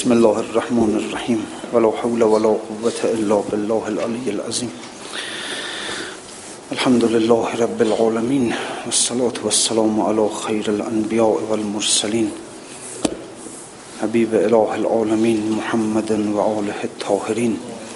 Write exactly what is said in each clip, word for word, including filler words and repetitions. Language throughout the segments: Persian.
بسم الله الرحمن الرحیم ولا حول ولا قوة الا بالله العلی العظیم. الحمد لله رب العالمین والصلاة والسلام علی خیر الانبیاء والمرسلین حبیب اله العالمین محمد و آله الطاهرین.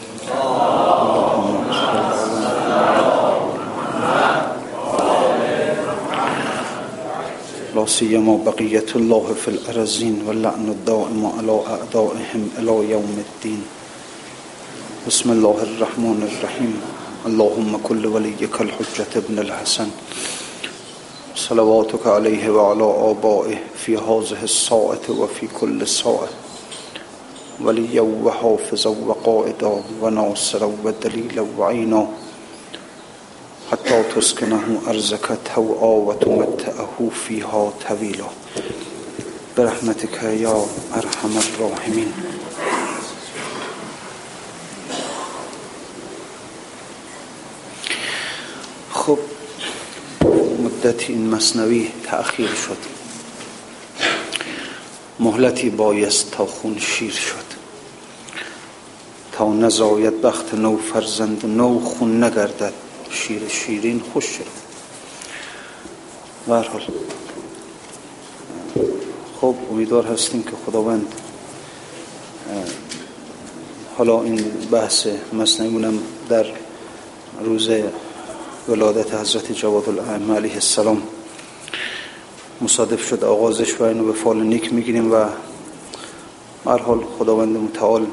لا سیما بقیت الله فی الارضین و لعن الدائم علی اعدائهم الی یوم الدین. بسم الله الرحمن الرحیم. اللهم كل وليك الحجة ابن الحسن صلواتك عليه وعلى آبائه في هذه الساعة وفي كل ساعة وليا وحافظا وقائدا وناصرا ودليلا وعينا حتى تسكنه أرزك توعا وتمتعه فيها طويلا برحمتك يا أرحم الراحمين. خب مدتی این مثنوی تأخیر شد، مهلتی بایست تا خون شیر شد، تا نزاید بخت نو فرزند نو خون نگردد شیر شیرین خوش شد. به هر حال خب امیدوار هستیم که خداوند حالا این بحث مثنویمونم در روز ولادت حضرت جواد الائمه علیه السلام مصادف شد آغازش و اینو به فال نیک میگیریم و هر حال خداوند متعال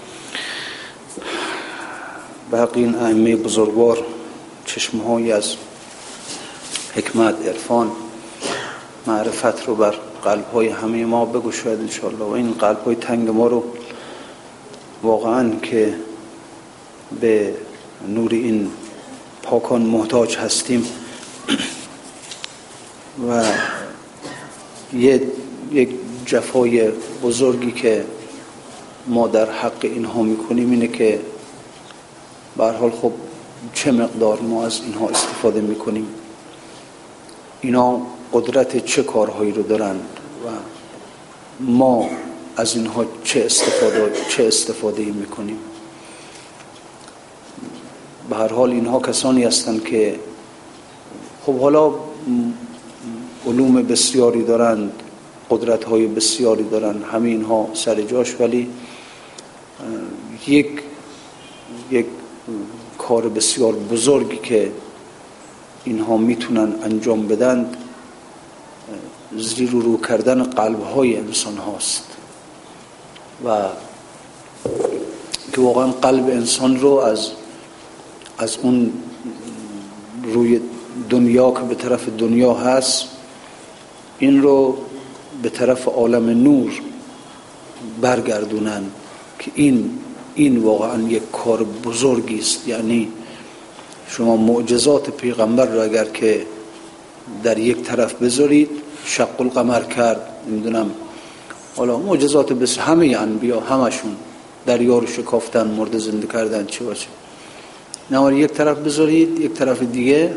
به حق این ائمه بزرگوار چشمهایی از حکمت، عرفان، معرفت رو بر قلب‌های همه ما بگشاید انشاءالله و این قلب‌های تنگ ما رو واقعاً که به نور این پاکان محتاج هستیم و یک یک جفای بزرگی که ما در حق اینها میکنیم اینه که به هر حال خب چه مقدار ما از اینها استفاده میکنیم، اینا قدرت چه کارهایی رو دارن و ما از اینها چه استفاده چه استفاده میکنیم. به هر حال اینها کسانی هستند که خب حالا علوم بسیاری دارند، قدرت‌های بسیاری دارند، همه اینها سر جاش، ولی یک یک کار بسیار بزرگی که اینها میتونن انجام بدن زیر و رو کردن قلب‌های انسان هاست و که واقعا قلب انسان رو از از اون روی دنیا که به طرف دنیا هست این رو به طرف عالم نور برگردونن که این این واقعا یک کار بزرگی است. یعنی شما معجزات پیغمبر رو اگر که در یک طرف بذارید، شق القمر کرد، نمیدونم حالا معجزات بس همه انبیا همشون دریا رو شکافتن، مرده زنده کردن، چه باشه، نه یک طرف بذارید، یک طرف دیگه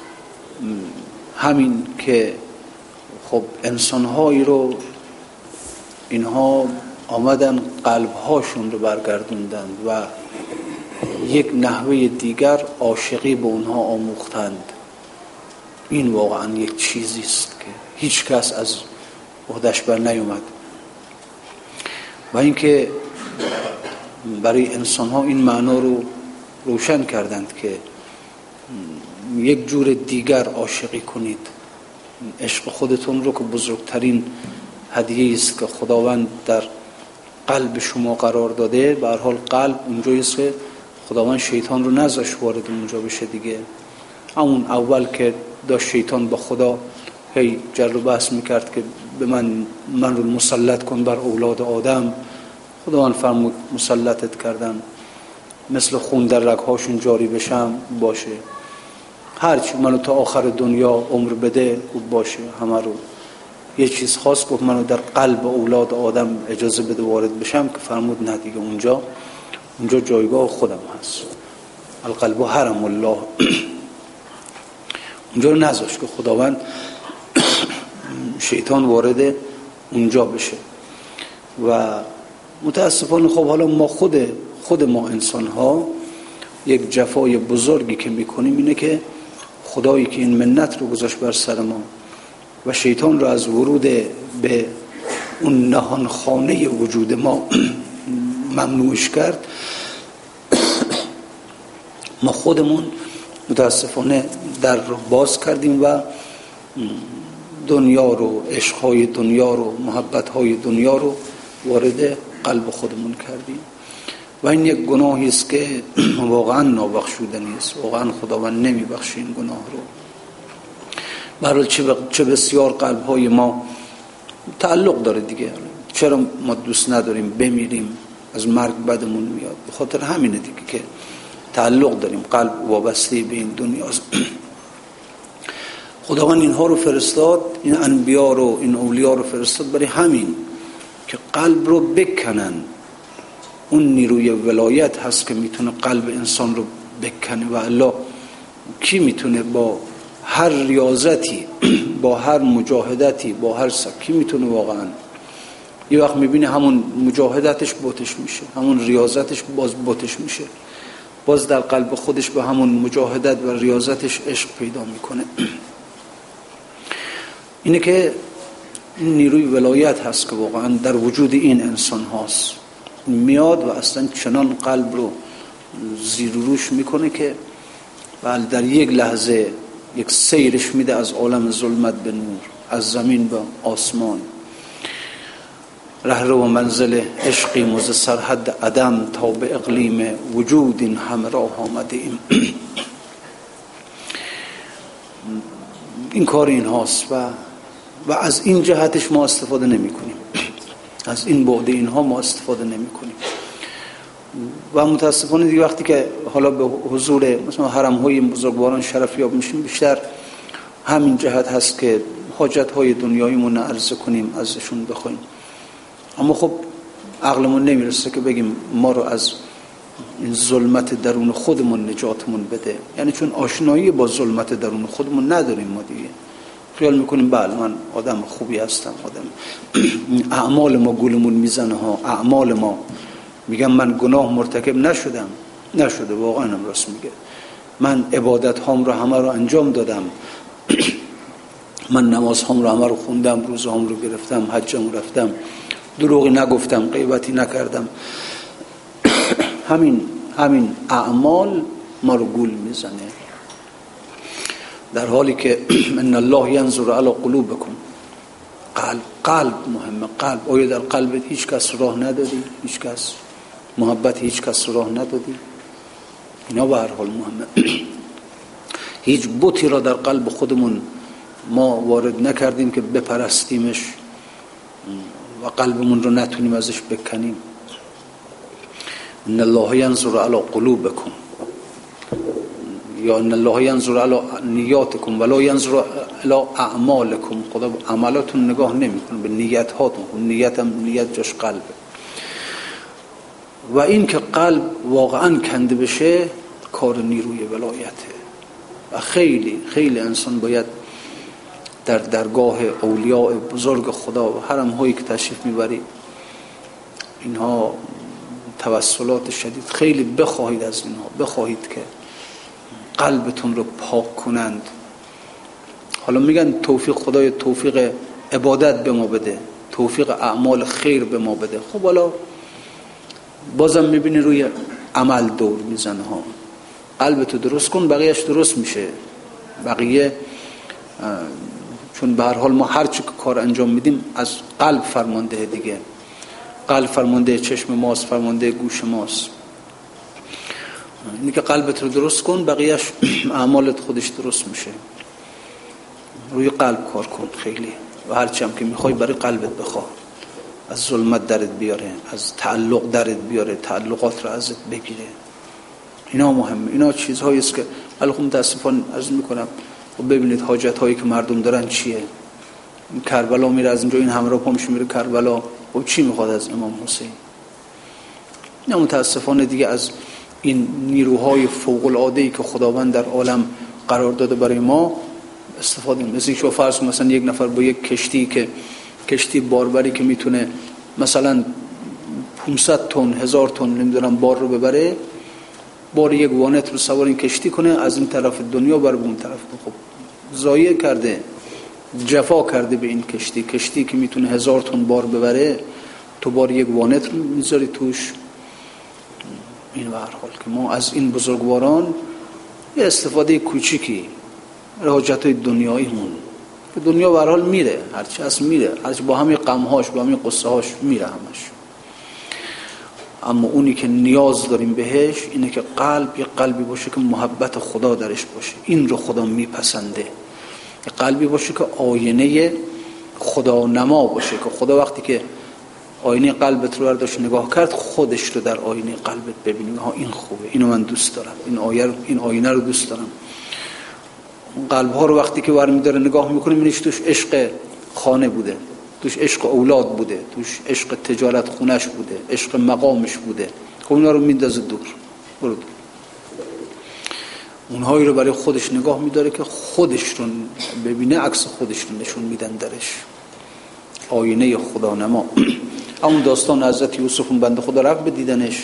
همین که خب انسان‌هایی رو اینها آمدن قلب‌هاشون رو برگردوندند و یک نحوه دیگر عاشقی به اونها آموختند. این واقعا یک چیزی است که هیچ کس از عهده‌اش بر نیومد و اینکه برای انسان‌ها این معنا رو روشن کردند که یک جور دیگر عاشقی کنید. عشق خودتون رو که بزرگترین هدیه است که خداوند در قلب شما قرار داده. به هر حال قلب اونجایی است که خداوند شیطان رو نذاشت وارد اونجا بشه دیگه. همون اول که داشت شیطان با خدا هی جر و بحث میکرد که به من من رو مسلط کن بر اولاد آدم، خداوند فرمود مسلطت کردم، مثل خون در رگ‌هاشون جاری بشم باشه، هرچی منو تا آخر دنیا عمر بده خوب باشه. همه رو یه چیز خاص گفت منو در قلب اولاد آدم اجازه بده وارد بشم که فرمود نه دیگه، اونجا اونجا جایگاه خودم هست. القلب حرم الله اونجا رو نذاشت که خداوند شیطان وارد اونجا بشه و متاسفانه خب حالا ما خود خود ما انسان ها یک جفای بزرگی که میکنیم اینه که خدایی که این منت رو گذاشت بر سر ما و شیطان رو از ورود به اون نهان خانه وجود ما ممنوعش کرد، ما خودمون متاسفانه در رو باز کردیم و دنیا رو، عشقهای دنیا رو، محبتهای دنیا رو وارد قلب خودمون کردیم و این یک گناهی است که واقعا نابخشودنی است. واقعا خداوند نمیبخشه این گناه رو. برای چه بسیار قلب‌های ما تعلق داره دیگه. چرا ما دوست نداریم بمیریم، از مرگ بدمون میاد؟ به خاطر همینه دیگه که تعلق داریم، قلب وابسته به این دنیاست. خداوند اینها رو فرستاد، این انبیا رو، این اولیا رو فرستاد برای همین که قلب رو بکنن. اون نیروی ولایت هست که میتونه قلب انسان رو بکنه و الا کی میتونه با هر ریاضتی با هر مجاهدتی با هر سکی میتونه واقعا؟ یه وقت میبینه همون مجاهدتش بوتش میشه، همون ریاضتش باز بوتش میشه، باز در قلب خودش به همون مجاهدت و ریاضتش عشق پیدا میکنه. اینه که این نیروی ولایت هست که واقعا در وجود این انسان هاست، میاد و اصلا چنان قلب رو زیر و روش میکنه که بله در یک لحظه یک سیرش میده از عالم ظلمت به نور، از زمین به آسمان. رهرو و منزل عشقیم و ز سرحد عدم تا به اقلیم وجود این همه راه آمده ایم. این کار این هاست و و از این جهتش ما استفاده نمی کنیم، از این بعد اینها ما استفاده نمی کنیم و متاسفانه دیگه وقتی که حالا به حضور مثلا حرم های بزرگواران شرفیاب میشیم بیشتر همین جهت هست که حاجت های دنیاییمون عرضه کنیم، ازشون بخوایم. اما خب عقلمون نمیرسه که بگیم ما رو از این ظلمت درون خودمون نجاتمون بده، یعنی چون آشنایی با ظلمت درون خودمون نداریم ما دیگه خیال میکنیم بله من آدم خوبی هستم، آدم اعمال ما گولمون میزنه ها، اعمال ما میگم من گناه مرتکب نشدم، نشده، واقعا هم راست میگه، من عبادت هام رو همه رو انجام دادم، من نماز هام رو همه رو خوندم، روزه هام رو گرفتم، حجم رو رفتم، دروغی نگفتم، غیبتی نکردم. همین همین اعمال ما رو گول میزنه، در حالی که ان الله ینظر الی قلوبکم. قلب قلب مهمه. قلب آیا در قلبت هیچ کس راه ندادی؟ هیچ کس محبت هیچ کس راه ندادی؟ اینا به هر حال مهمه. هیچ بتی را در قلب خودمون ما وارد نکردیم که بپرستیمش و قلبمون رو نتونیم ازش بکنیم. ان الله ینظر الی قلوبکم یا ان الله ینظر الی نیاتکم ولا ینظر الی اعمالکم. خدا به عملاتون نگاه نمیکنه، به نیت هاتون. نیت هم نیت جاش قلبه و این که قلب واقعا کنده بشه کار نیروی ولایته و خیلی خیلی انسان باید در درگاه اولیاء بزرگ خدا و حرم هایی که تشریف میبرید اینها توسلات شدید خیلی بخواهید از اینها، بخواهید که قلبتون رو پاک کنند. حالا میگن توفیق، خدای توفیق عبادت به ما بده، توفیق اعمال خیر به ما بده. خب حالا بازم میبینی روی عمل دور میزنه ها. قلبتو درست کن بقیهش درست میشه. بقیه چون به هر حال ما هر چی که کار انجام میدیم از قلب فرمانده دیگه. قلب فرمانده چشم ماست، فرمانده گوش ماست. اینی که قلبت رو درست کن بقیهش اعمالت خودش درست میشه. روی قلب کار کن خیلی و هرچی هم که میخوای برای قلبت بخواه، از ظلمت درت بیاره، از تعلق درت بیاره، تعلقات رو ازت بگیره. اینا مهمه. اینا چیزهایی است که الان متاسفانه عرض میکنم و ببینید حاجت هایی که مردم دارن چیه. کربلا میره از اینجا این همراه پا میشه میره کربلا و چی میخواد از امام حسین؟ نه متاسفانه دیگه از این نیروهای فوق العاده ای که خداوند در عالم قرار داده برای ما استفاده نمی‌کنیم. مثلا شو فرض مثلا یک نفر با یک کشتی که کشتی باربری که میتونه مثلا پانصد تن هزار تن نمیدونم بار رو ببره، بار یک وانت رو سوار این کشتی کنه از این طرف دنیا بر اون طرف. خب ضایع کرده، جفا کرده به این کشتی. کشتی که میتونه هزار تن بار ببره تو بار یک وانت رو میذاری توش. این به هر حال که ما از این بزرگواران یه استفاده کوچیکی حاجتهای دنیاییمون، که دنیا به هر حال میره، هرچی هست میره، هرچی با همین غم‌هاش با همین قصه‌هاش میره همش. اما اونی که نیاز داریم بهش اینه که قلب یه قلبی باشه که محبت خدا درش باشه، این رو خدا میپسنده. یه قلبی باشه که آینه خدا نما باشه، که خدا وقتی که آینه قلبت رو برداشت نگاه کرد خودش رو در آینه قلبت ببینی، ها این خوبه، اینو من دوست دارم، این آیه رو، این آینه رو دوست دارم. قلب ها رو وقتی که برمی داره نگاه میکنه میبینیش توش عشق خانه بوده، توش عشق اولاد بوده، توش عشق تجارت خونش بوده، عشق مقامش بوده. خب اونا رو میندازه دور، برو دور. اونهایی رو برای خودش نگاه میداره که خودش رو ببینه، عکس خودش رو نشون میدن درش، آینه خدا نما. اون داستان حضرت یوسف اون بنده خدا رفت به دیدنش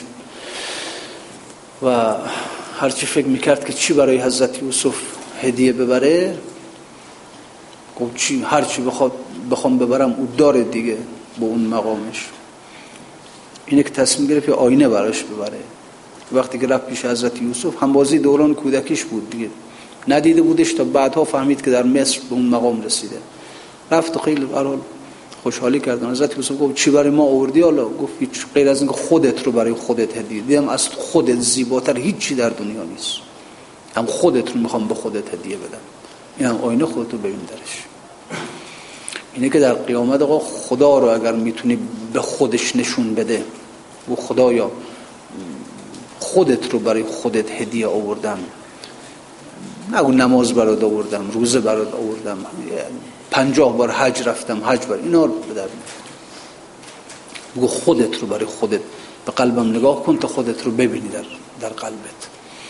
و هرچی فکر میکرد که چی برای حضرت یوسف هدیه ببره، گفت چی هرچی بخواد بخوام ببرم او داره دیگه با اون مقامش. اینه که تصمیم گرفت آینه براش ببره. وقتی که رفت پیش حضرت یوسف، هم بازی دوران کودکیش بود دیگه، ندیده بودش تا بعدها فهمید که در مصر به اون مقام رسیده. رفت و خیلی برحال خوشحالی کردن. حضرت یوسف گفت چی برای ما آوردی؟ حالا گفت هیچ، غیر از اینکه خودت رو برای خودت هدیه دیدم، از خودت زیباتر هیچی در دنیا نیست، هم خودت رو میخوام به خودت هدیه بدم. این هم آینه خودت رو ببین درش. اینه که در قیامت آقا خدا رو اگر میتونی به خودش نشون بده، و خدایا خودت رو برای خودت هدیه آوردم، نگو نماز برات آوردم، روزه برات آوردم، پنجاه بار حج رفتم، حج بر اینا رو بدر بگو خودت رو برای خودت به قلبم نگاه کن تا خودت رو ببینی در در قلبت.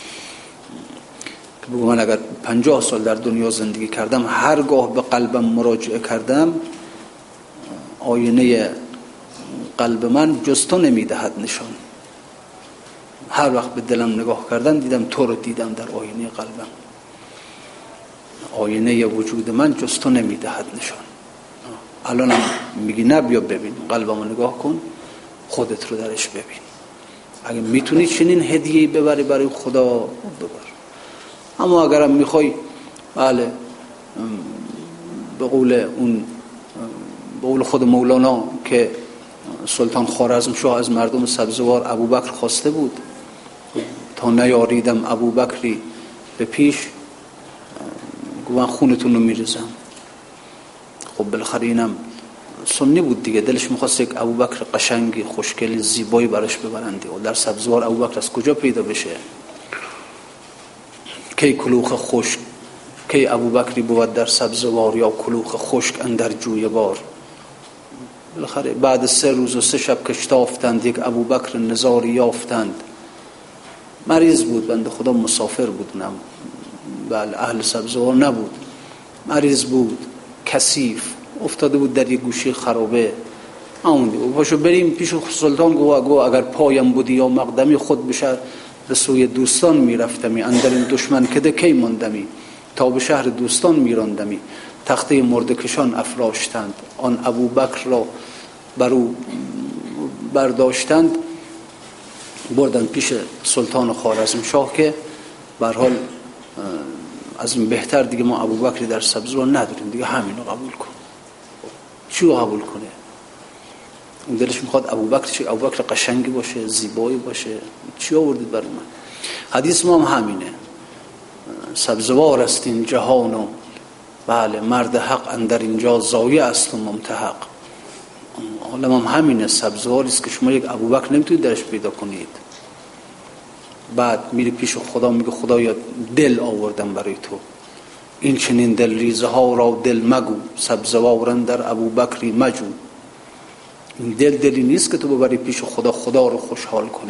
بگو من اگر پنجاه سال در دنیا زندگی کردم، هرگاه به قلبم مراجعه کردم، آینه قلب من جز تو نمیدهد نشان. هر وقت به دلم نگاه کردم دیدم تو رو دیدم در آینه قلبم. آینه وجود من جز تو نمیدهد نشان. الانم میگی نه بیا ببین، قلبمو نگاه کن، خودت رو درش ببین. اگه میتونی چنین هدیه‌ای ببری برای خدا ببر. اما اگرم میخوای بله به قول اون به قول خود مولانا که سلطان خوارزمشاه از مردم سبزوار ابوبکر خواسته بود تا نیاریدم ابوبکری به پیش، گوان خونتون رو میریزم. خب بالاخره اینم سنی بود دیگه، دلش میخواست یک ابوبکر قشنگی خوشگلی زیبایی براش ببرنده و در سبزوار ابوبکر از کجا پیدا بشه؟ کی کلوخ خشک، کی ابوبکری بود در سبزوار، یا کلوخ خشک اندر جوی بار. بالاخره بعد سه روز و سه شب کشتافتند، یک ابوبکر نزاری یافتند. مریض بود بنده خدا، مسافر بود، نم بله اهل سبزوار نبود، مریض بود، کثیف، افتاده بود در یک گوشه خرابه. آموندی و پاشو بریم پیش سلطان. گو گو اگر پایم بودی یا مقدمی، خود بشه به سوی دوستان میرفتمی، اندر این دشمن کده کی ماندمی، تا به شهر دوستان میراندمی. تخته مردکشان افراشتند، آن ابوبکر را برو برداشتند، بردن پیش سلطان خوارزمشاه که به هر حال از این بهتر دیگه ما ابوبکری در سبزوار نداریم دیگه، همین رو قبول کن. چی رو قبول کنه؟ اون دلش میخواد ابوبکر چی؟ ابوبکر قشنگی باشه، زیبایی باشه. چی آوردید برای من؟ حدیث ما هم همینه، سبزوار است این جهان و بله مرد حق اندر اینجا ضایع است و ممتحق. عالم هم همینه، سبزواری است که شما یک ابوبکر نمیتونید درش پیدا کنید. بعد میری پیش خدا میگه خدایا دل آوردم برای تو، این چنین دل ریزه ها را دل مگو، سبزوارن در ابوبکری مجو. این دل دلی نیست که تو ببری پیش خدا، خدا رو خوشحال کنه.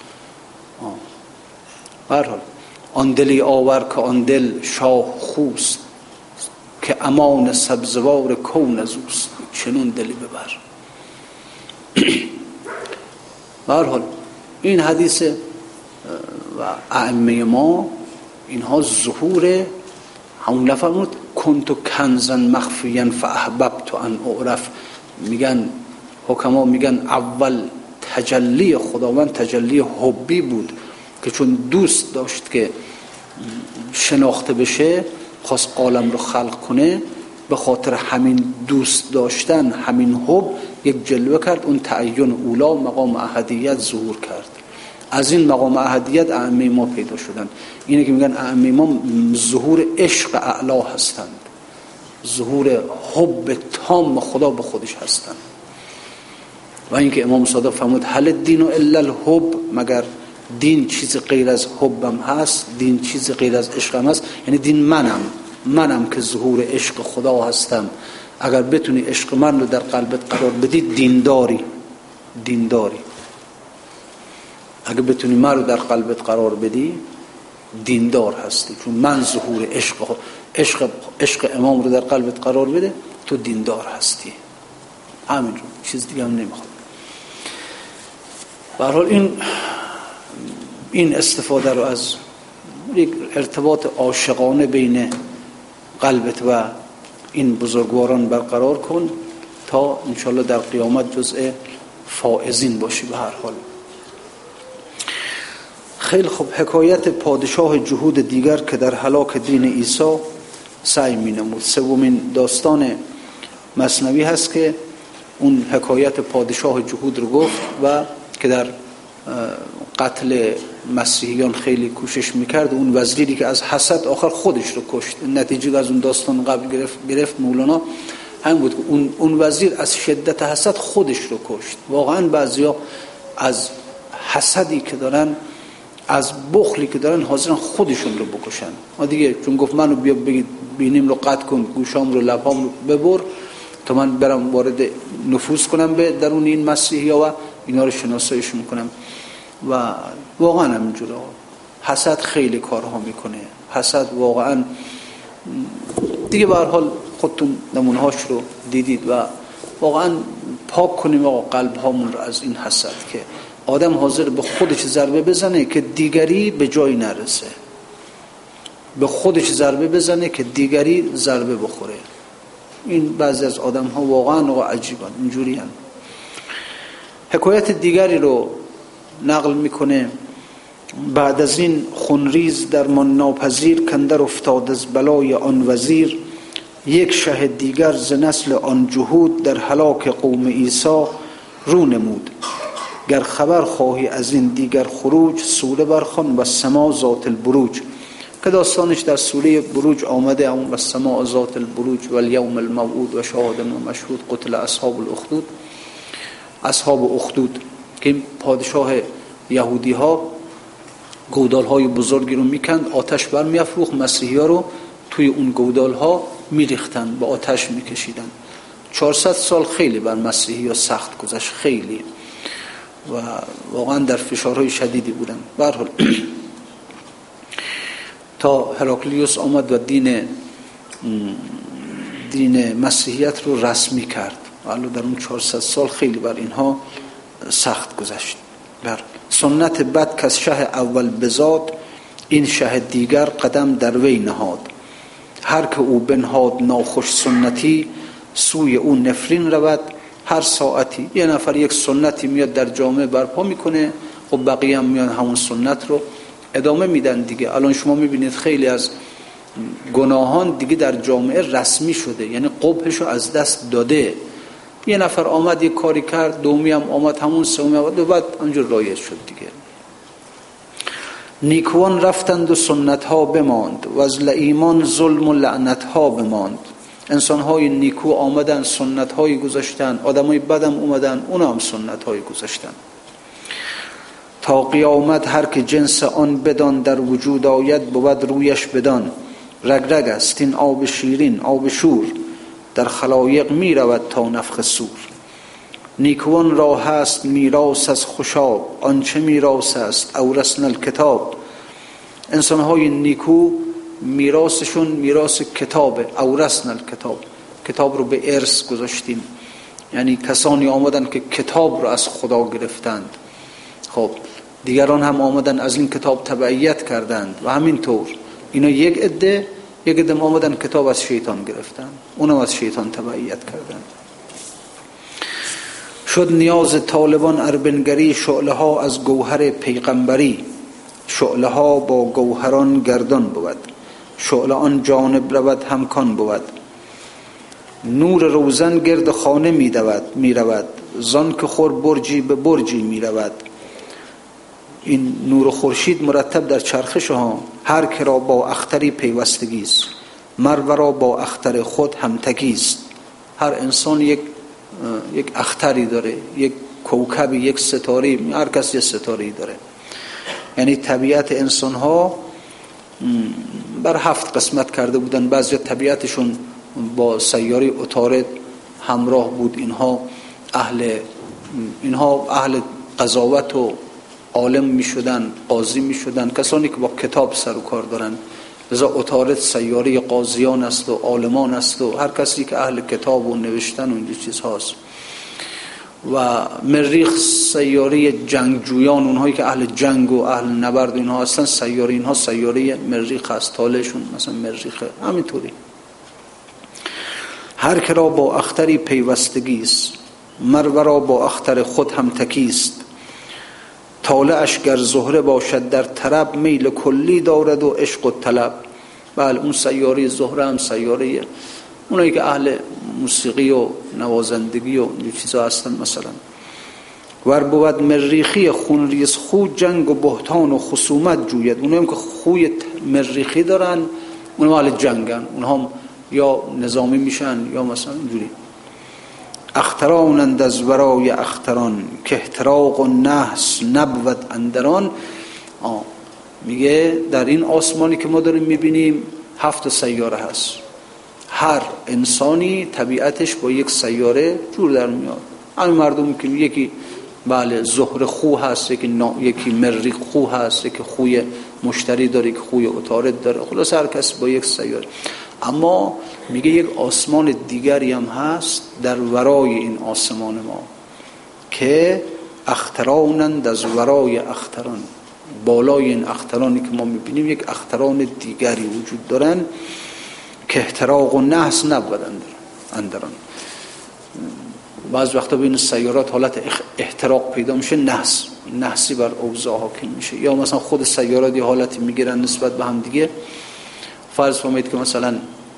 برحال آن دلی آور که آن دل شاه خوست، که امان سبزوار کون از اوست. چنون دلی ببر. به هر حال این حدیث و ائمه ما اینها ظهور همون لفظ کنت کنزا مخفیا فاحببت ان اعرف. میگن حکما میگن اول تجلی خداوند تجلی حبی بود که چون دوست داشت که شناخته بشه خواست عالم رو خلق کنه، به خاطر همین دوست داشتن همین حب یک جلوه کرد، اون تعین اولا مقام احدیت ظهور کرد. از این مقام احدیت ائمه ما پیدا شدن. اینه که میگن ائمه ما ظهور عشق اعلا هستند، ظهور حب تام خدا به خودش هستند. و اینکه امام صادق فرمود هل الدین الا الحب، مگر دین چیز غیر از حبم هست؟ دین چیز غیر از عشقم هست؟ یعنی دین منم منم که ظهور عشق خدا هستم. اگر بتونی عشق من رو در قلبت قرار بدی دینداری دینداری اگر بتونی من رو در قلبت قرار بدی دیندار هستی، چون من ظهور عشق عشق عشق امام رو در قلبت قرار بده تو دیندار هستی. همینجور، چیز دیگه هم نمیخواد. به هر حال این این استفاده رو از یک ارتباط عاشقانه بین قلبت و این بزرگواران برقرار کن تا انشالله در قیامت جزء فائزین باشی. به هر حال خیلی خوب. حکایت پادشاه جهود دیگر که در هلاک دین عیسی سعی می نمود. سومین داستان مثنوی هست که اون حکایت پادشاه جهود رو گفت و که در قتل مسیحیان خیلی کوشش میکرد. اون وزیری که از حسد آخر خودش رو کشت. نتیجه از اون داستان قبل گرفت گرفت مولانا همین بود که اون اون وزیر از شدت حسد خودش رو کشت. واقعا بعضیا از حسدی که دارن، از بخلی که دارن، حاضرن خودشون رو بکشن. ما دیگه چون گفت منو بیا بگید بینیم رو قطع کن، گوشام رو لبام رو ببر تا من برم وارد نفوذ کنم به درون این مسیحی‌ها و اینا رو شناساییش میکنم. و واقعا همینجوره. حسد خیلی کارها میکنه. حسد واقعا دیگه به هر حال خودتون نمونهاش رو دیدید و واقعا پاک کنیم آقا قلب هامون رو از این حسد که آدم حاضر به خودش ضربه بزنه که دیگری به جای نرسه، به خودش ضربه بزنه که دیگری ضربه بخوره. این بعضی از آدم ها واقعا عجیبن، اینجوری هن. حکایت دیگری رو نقل میکنه. بعد از این خونریز درمان ناپذیر کندر افتاد از بلای آن وزیر، یک شه دیگر ز نسل آن جهود در هلاک قوم عیسی رو نمود. گر خبر خواهی از این دیگر خروج سوره برخوان و سما ذات البروج، که داستانش در سوره بروج آمده. اون و سما ذات البروج و الیوم الموعود و شاهد و مشهود قتل اصحاب الاخدود. اصحاب اخدود که پادشاه یهودی ها گودال های بزرگی رو میکند، آتش بر میافروخت، مسیحی ها رو توی اون گودال ها میریختن، با آتش میکشیدن. چهارصد سال خیلی بر مسیحی ها سخت گذشت، خیلی، و واقعا در فشارهای شدیدی بودن. به هر حال تا هراکلیوس آمد و دین دین مسیحیت رو رسمی کرد. ولی در اون چهارصد سال خیلی بر اینها سخت گذشت. بر سنت بد که از شه اول بزاد، این شه دیگر قدم در وی نهاد. هر که او بنهاد ناخوش سنتی، سوی او نفرین رود هر ساعتی. یه نفر یک سنتی میاد در جامعه برپا میکنه، خب بقیه هم میان همون سنت رو ادامه میدن دیگه. الان شما میبینید خیلی از گناهان دیگه در جامعه رسمی شده، یعنی قبحشو از دست داده. یه نفر آمد یک کاری کرد، دومی هم آمد، همون سومی آمد و بعد همونجور رایج شد دیگه. نیکوان رفتند و سنت ها بماند، و از لئیمان ظلم و لعنت ها بماند. انسان های نیکو آمدن، سنت های گذاشتن، آدم های بدم اومدن، اونا هم سنت های گذاشتن. تا قیامت هر که جنس آن بدان، در وجود آید بود رویش بدان. رگ رگ است این آب شیرین آب شور، در خلایق می رود تا نفخ صور. نیکوان را هست میراث از خوشاب، آنچه میراث است اورثنا الکتاب. انسان های نیکو میراثشون میراث کتابه، اورثنا الکتاب، کتاب رو به ارث گذاشتیم. یعنی کسانی آمدن که کتاب رو از خدا گرفتند. خب دیگران هم آمدن از این کتاب تبعیت کردند و همینطور اینا یک عده یک عده آمدن کتاب از شیطان گرفتن، اونم از شیطان تبعیت کردند. شد نیاز طالبان اربنگری، شعله ها از گوهر پیغمبری. شعله ها با گوهران گردان بود، شعله آن جانب رود همکان بود. نور روزن گرد خانه می دود می رود، زان که خور برجی به برجی می رود. این نور خورشید مرتب در چرخش ها، هر که را با اختری پیوستگی است، مرورا با اختر خود همتگی است. هر انسان یک یک اختری داره، یک کوکبی، یک ستاره، هر کس یک ستاره‌ای داره. یعنی طبیعت انسان ها بر هفت قسمت کرده بودن. بعضی طبیعتشون با سیاره عطارد همراه بود. اینها اهل اینها اهل قضاوت و عالم می شدن، قاضی می شدن، کسانی که با کتاب سر و کار دارن. لذا عطارد سیاره قاضیان است و عالمان است و هر کسی که اهل کتاب و نوشتن و این چیز هاست. و مریخ سیاره جنگجویان، اونهایی که اهل جنگ و اهل نبرد و اینها هستن، سیاره اینها سیاره مریخ است، طالعشون مثلا مریخه. همینطوری هر که را با اختری پیوستگی است، مرورا با اختر خود همتکی است. طالعش گر زهره باشد در طرب، میل کلی دارد و عشق و طلب. بله اون سیاره زهره هم سیاره اونایی که اهل موسیقی و نوازندگی و این چیزا هستن. مثلا ور بود مریخی خونریز خو، جنگ و بهتان و خصومت جوید. اونایی که خوی مریخی دارن اونها اهل جنگن، اونها یا نظامی میشن یا مثلا اینجوری. اخترانند از ورای اختران، که احتراق و نحس نبود اندران. آه. میگه در این آسمانی که ما داریم میبینیم هفت سیاره هست. هر انسانی طبیعتش با یک سیاره جور در میاد. همین مردم که یکی بله زهره خو هست، یکی نا... یکی مریخ خو هست، یکی خوی مشتری داره، یکی خوی عطارد داره. خلاص هر کس با یک سیاره. اما میگه یک آسمان دیگری هم هست در ورای این آسمان ما که اخترانند از ورای اختران. بالای این اخترانی که ما میبینیم یک اختران دیگری وجود دارن که احتراق و نحس نبود اندران. بعض وقتا بین سیارات حالت احتراق پیدا میشه، نحس نحسی بر اوضاع حاکم میشه، یا مثلا خود سیارات یه حالتی میگیرن نسبت به هم دیگه. فرض فرمایید که مثلا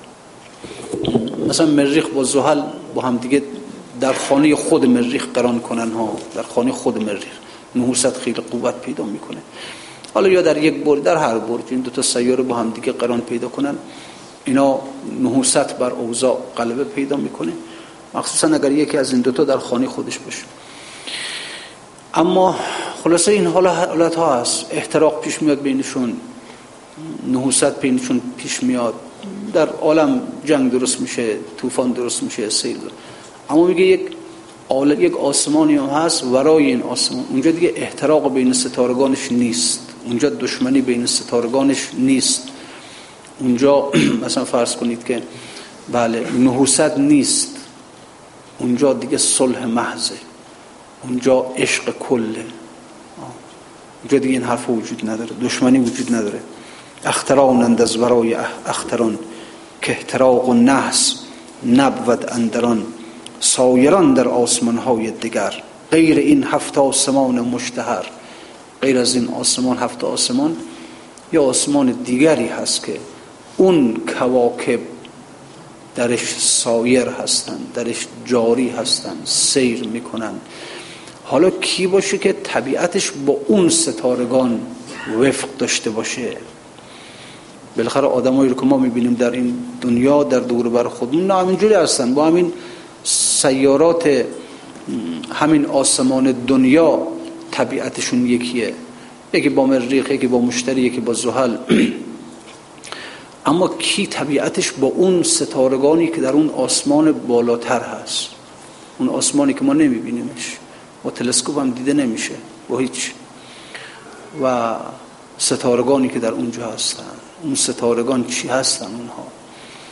مثلا مریخ با زحل با هم دیگه در خانه خود مریخ قران کنن ها، در خانه خود مریخ نحوست خیلی قوت پیدا میکنه. حالا یا در یک برج، در هر برج این دو تا سیاره با هم دیگه قران پیدا کنن، اینا نحوست بر اوضاع غلبه پیدا میکنه، مخصوصا اگر یکی از این دو تا در خانه خودش باشه. اما خلاصه این حالت ها هست، احتراق پیش میاد بینشون، نحوست بینشون پیش میاد، در عالم جنگ درست میشه، طوفان درست میشه، سیل. اما میگه یک یک آسمانی هم هست ورای این آسمان، اونجا دیگه احتراق بین ستارگانش نیست، اونجا دشمنی بین ستارگانش نیست، اونجا مثلا فرض کنید که بله نحوست نیست، اونجا دیگه صلح محضه، اونجا عشق کله، اونجا دیگه این حرف وجود نداره، دشمنی وجود نداره. اخترانند از ورای اختران، که احتراق و نحس نبود اندران. سایران در آسمان‌های دیگر، غیر این هفت آسمان مشتهر. غیر از این آسمان هفت آسمان یا آسمان دیگری هست که اون کواکب درش سایر هستن، درش جاری هستن، سیر میکنن. حالا کی باشه که طبیعتش با اون ستارگان وفق داشته باشه؟ بالاخره آدمایی رو که ما میبینیم در این دنیا در دور بر خودمون نه همینجوری هستن، با همین سیارات همین آسمان دنیا طبیعتشون یکیه، یکی با مریخ، یکی با مشتری، یکی با زحل. اما کی طبیعتش با اون ستارگانی که در اون آسمان بالاتر هست، اون آسمانی که ما نمیبینیمش، با تلسکوپ هم دیده نمیشه، با هیچ، و ستارگانی که در اونجا هستن، اون ستارگان چی هستن؟ اونها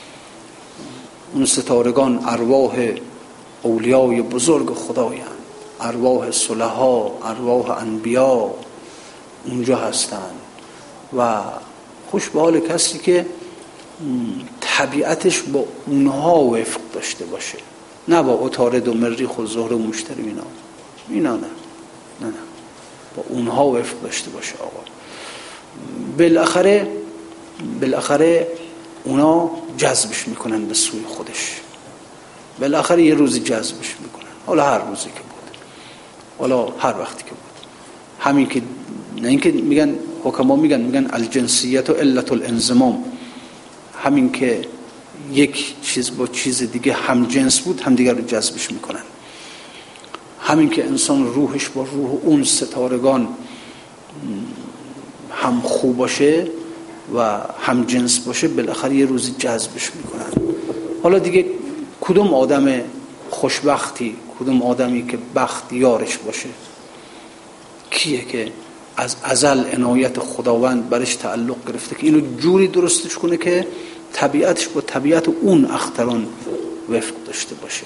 اون ستارگان ارواح اولیای بزرگ خدایند. ارواح صلحا، ارواح انبیا اونجا هستن و خوش به حال کسی که طبیعتش با اونها وفق داشته باشه، نه با عطارد و مریخ و زهره و مشتری اینا اینا نه نه نه با اونها وفق داشته باشه. آقا بالاخره بالاخره اونا جذبش میکنن به سوی خودش، بالاخره یه روزی جذبش میکنن، حالا هر روزی که بود، حالا هر وقتی که بود. همین که نه اینکه میگن حکما میگن میگن الجنسیت و علت الانضمام، همین که یک چیز با چیز دیگه هم جنس بود هم دیگر رو جذبش میکنن. همین که انسان روحش با روح اون ستارگان هم خوب باشه و هم جنس باشه، بالاخره یه روزی جذبش میکنن. حالا دیگه کدوم آدم خوشبختی، کدوم آدمی که بخت یارش باشه، کیه که از ازل عنایت خداوند برش تعلق گرفته که اینو جوری درستش کنه که طبیعتش با طبیعت اون اختران وفق داشته باشه.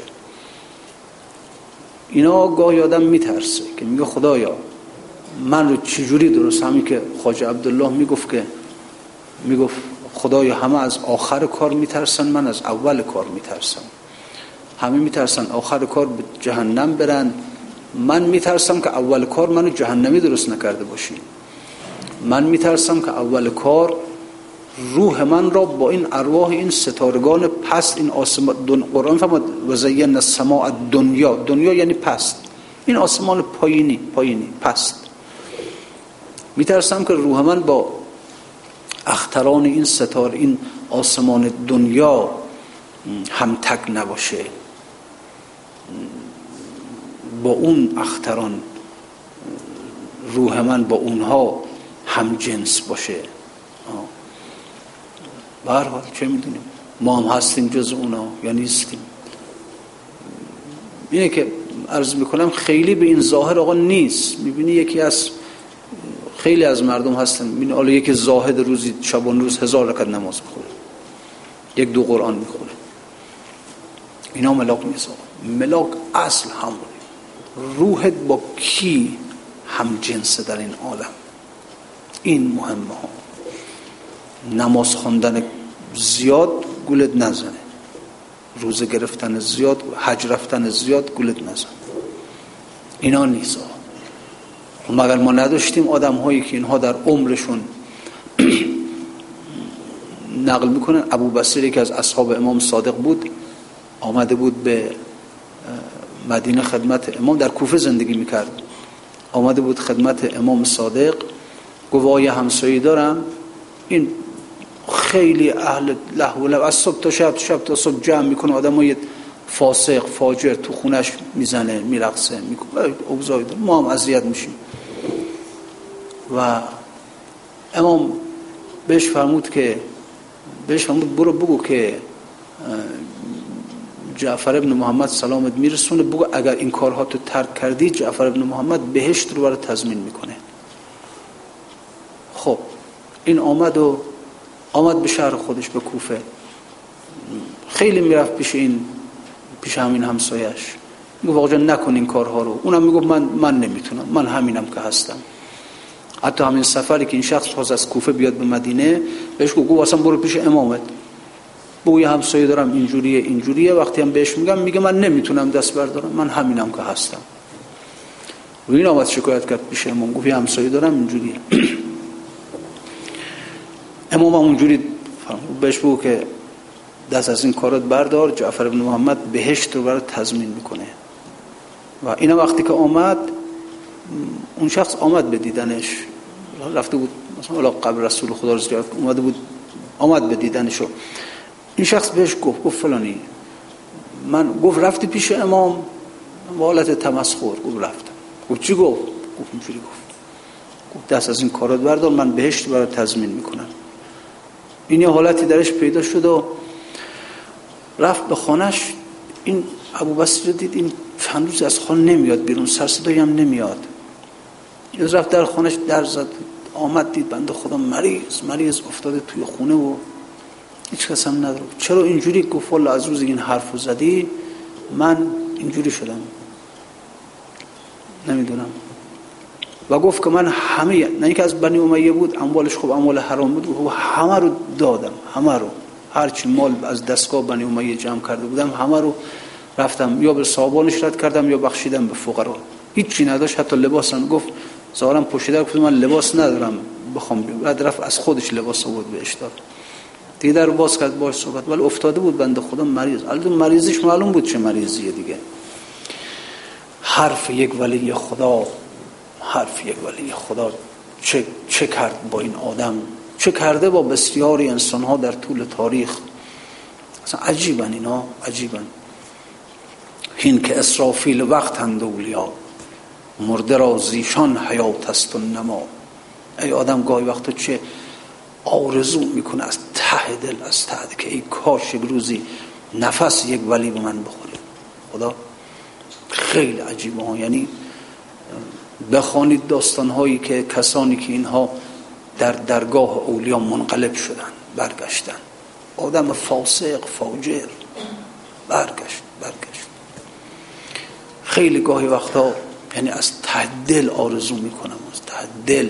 اینا گاهی آدم میترسه که میگه خدایا من رو چجوری درست، همین که خواجه عبدالله میگفت که میگفت خدایا همه از آخر کار میترسن، من از اول کار میترسم. همه میترسن آخر کار به جهنم برن، من میترسم که اول کار منو جهنمی درست نکرده باشی. من میترسم که اول کار روح من را با این ارواح این ستارگان پست، این آسمان، قرآن فرمود و زینا السماء الدنیا، دنیا یعنی پست، این آسمان پایینی پایینی پست. میترسم که روح من با اختران این ستاره این آسمان دنیا هم تک نباشه، با اون اختران روح من با اونها هم جنس باشه. به هر حال چه میدونیم ما هم هستیم جز اونا یا نیستیم. اینه که عرض میکنم خیلی به این ظاهر آقا نیست. میبینی یکی از خیلی از مردم هستن، میبینی حالا یکی زاهد روزی شبان روز هزار رکعت نماز میخونه، یک دو قرآن میخونه، اینا ملاک نیست. ملاک اصل همونه، روحت با کی هم جنسه در این عالم، این مهمه ها. نماز خواندن زیاد گولت نزنه، روزه گرفتن زیاد، حج رفتن زیاد گولت نزنه، اینا نیست. مگر ما نداشتیم آدم هایی که اینها در عمرشون نقل میکنن. ابو بصیر که از اصحاب امام صادق بود، آمده بود به مدینه خدمت امام، در کوفه زندگی میکرد، آمده بود خدمت امام صادق، گفت آقا یه همسایه‌ای دارم، این خیلی اهل لهو و لعب، از صبح تا شب، شب تا صبح جمع میکنه آدمای فاسق فاجر تو خونش میزنه میرقصه میکنه، اوضاعی داره، ما هم اذیت میشیم. و امام بهش فرمود که بهش فرمود برو بگو که جعفر ابن محمد سلامت میرسونه، بگو اگر این کارها تو ترک کردی جعفر ابن محمد بهشت رو برای تضمین میکنه. خب این آمد و آمد به شهر خودش به کوفه، خیلی میرفت پیش این پیش همین همسایش، میگه واقعا نکن این کارها رو. اونم میگه من من نمیتونم، من همینم که هستم. حتی همین سفری که این شخص خواست از کوفه بیاد به مدینه، بهش گفت اصلا برو پیش امامت، بگو یه همسایه دارم اینجوریه اینجوریه. وقتی هم بهش میگم میگه من نمیتونم دست بردارم، من همینم که هستم. و این آمد شکایت کرد پیش امام، گفت یه همسایه دارم اینجوریه. امام هم اونجوری بهش بگو که دست از این کارات بردار، جعفر ابن محمد بهشت رو برای تضمین میکنه. و اینا وقتی که آمد، اون شخص آمد به دیدنش، رفته بود مثلا قبر رسول خدا رو زیارت اومده بود، آمد به دیدنشو. این شخص بهش گفت گفت فلانی، من گفت رفتی پیش امام؟ با حالت تمسخر گفت رفتم. گفت چی گفت؟ گفت اینجوری گفت گفت دست از این کارات بردار، من بهشت برای تضمین میکنم. این یه حالتی درش پیدا شد و رفت به خانش. این ابو بصیر دید این چند روز از خانه نمیاد بیرون، سر صدایی هم نمیاد. یه رفت در خانش در زد، آمد دید بنده خدا مریض مریض افتاده توی خونه و هیچ کس هم نداره. چرا اینجوری؟ گفت والا از روز این حرفو زدی من اینجوری شدم. نمیدونم. و گفت که من همه، نه اینکه از بنی امیه بود اموالش خوب اموال حرام بود، و همه رو دادم، همه رو، هرچی مال از دستگاه بنی امیه جمع کرده بودم همه رو رفتم یا به صاحبانش رد کردم یا بخشیدم به فقرا. هیچی نداشت، حتی لباسم. گفت ظاهرا پوشیده، گفت من لباس ندارم بخوام. بعد رفت از خودش لباس آورد بهش داد. دیگه در باز کرد باهاش صحبت، ولی افتاده بود بنده خدا مریض. البته مریضیش معلوم بود چه مریضیه دیگه. حرف یک ولی خدا، حرف یک ولی خدا چه چه کرد با این آدم، چه کرده با بسیاری انسان ها در طول تاریخ. اصلا عجیبن اینا، عجیبن. هین که اسرافیل وقتند اولیا، مرده را زیشان حیات است و نما. ای آدم گاهی وقتا چه آرزو میکنه از ته دل، از ته دل، که ای کاش یک روزی نفس یک ولی به من بخوره. خدا خیلی عجیبه ها. یعنی بخوانید داستان هایی که کسانی که اینها در درگاه اولیا منقلب شدن، برگشتن، آدم فاسق فاجر برگشت برگشت خیلی گاهی وقتا یعنی از ته دل آرزو میکنم، از ته دل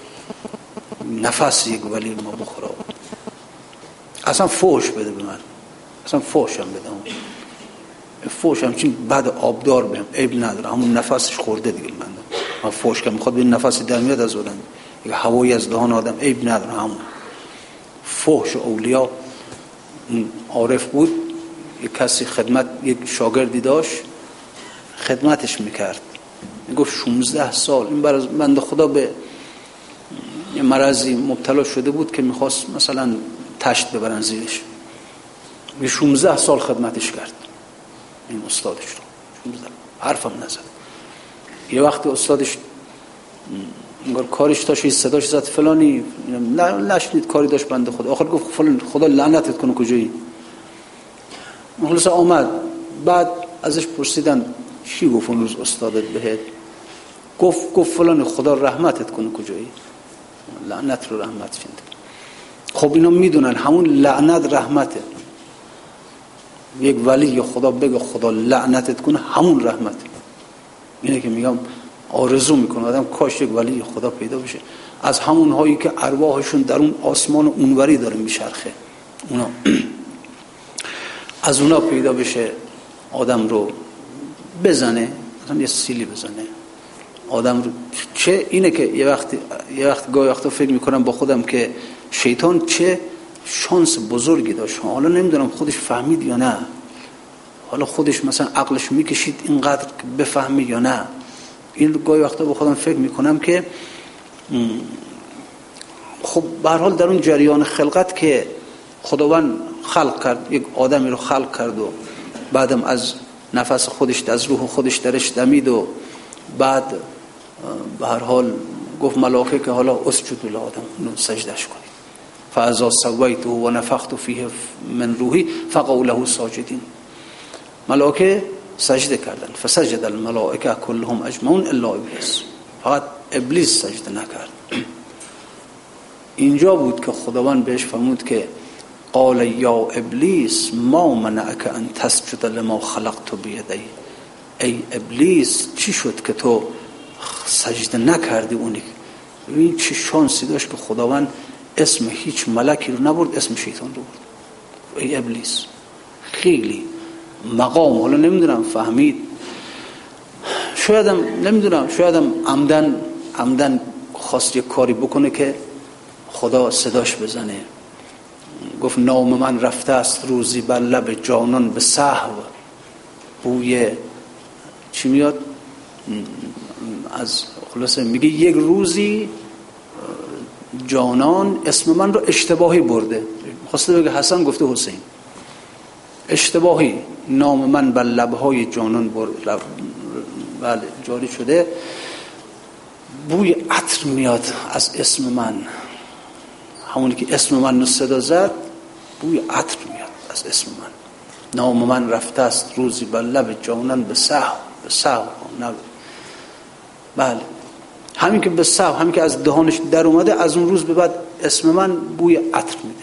نفس یک ولی ما بخوره. اصلا فوش بده به من، اصلا فوشم بده، فوش همچین بعد آبدار بهم عیب نداره، همون نفسش خورده دیگه. من من فوش که میخواد به نفسی در میاد از آدم، یک هوایی از دهان آدم، عیب نداره. همون فوش اولیا. عارف بود، یک کسی خدمت، یک شاگردی داشت خدمتش میکرد، میگفت شانزده سال این برای بنده خدا به یه مرضی مبتلا شده بود که میخواست مثلا تشت ببرن زیرش. یه شانزده سال خدمتش کرد این استادش رو، شانزده حرفم نزد. یه وقت استادش انگار کارش داشت، صداش زد فلانی، نه نشنید کاری داشت بنده خدا. آخر گفت فلان خدا لعنتت کنه کجایی؟ خلاص آمد. بعد ازش پرسیدن چی گفت اون روز استادت بهت؟ گفت گفت فلان خدا رحمتت کنه کجایی؟ لعنت رو رحمت فهمید. خب اینا میدونن همون لعنت رحمته. یک ولی خدا بگه خدا لعنتت کنه همون رحمته. اینه که میگم آرزو میکنه آدم کاش یک ولی خدا پیدا بشه، از همون هایی که ارواحشون در اون آسمان اونوری داره میچرخه، اونا از اونا پیدا بشه، آدم رو بزنه، مثلا یه سیلی بزنه آدم رو. چه اینه که یه وقت یه وقت گاهی وقتا فکر میکنم با خودم که شیطان چه شانس بزرگی داشت. حالا نمیدونم خودش فهمید یا نه، حالا خودش مثلا عقلش میکشید اینقدر بفهمی یا نه. این گاهی وقتا با خودم فکر میکنم که خب به هر حال در اون جریان خلقت که خداوند خلق کرد، یک آدمی رو خلق کرد و بعدم از نفس خودش، از روح خودش درش دمید و بعد به هر حال گفت ملائکه که حالا اسجدوا لآدم، سجدهش کنید. فاذا سویته و نفخت فیه من روحی فقعوا له ساجدین. ملائکه سجده کردن، فسجد الملائکه كلهم اجمعون الا ابلیس. فقط ابلیس سجده نکرد. اینجا بود که خداوند بهش فرمود که قال یا ابلیس ما منعک ان تسجد لما خلقت بیدی. ای ابلیس چی شد که تو سجده نکردی؟ اونی این چه شانسی داشت که خداوند اسم هیچ ملکی رو نبرد، اسم شیطان رو برد. ای ابلیس خیلی مقام، حالا نمیدونم فهمید، شایدم نمیدونم، شایدم عمدن عمدن خواست یک کاری بکنه که خدا صداش بزنه. گفت نام من رفته است روزی بر لب جانان به سهو. بوی چی میاد از خلاصه میگه یک روزی جانان اسم من رو اشتباهی برده. خواسته بگه حسن گفته حسین، اشتباهی نام من بر لبهای جانان برده، بله جاری شده. بوی عطر میاد از اسم من، همونی که اسم من رو صدا زد، بوی عطر میاد از اسم من. نام من رفته است روزی بر لب جانان به سهو. به سهو نه، بله همین که به سهو، همین که از دهانش در اومده، از اون روز به بعد اسم من بوی عطر میده.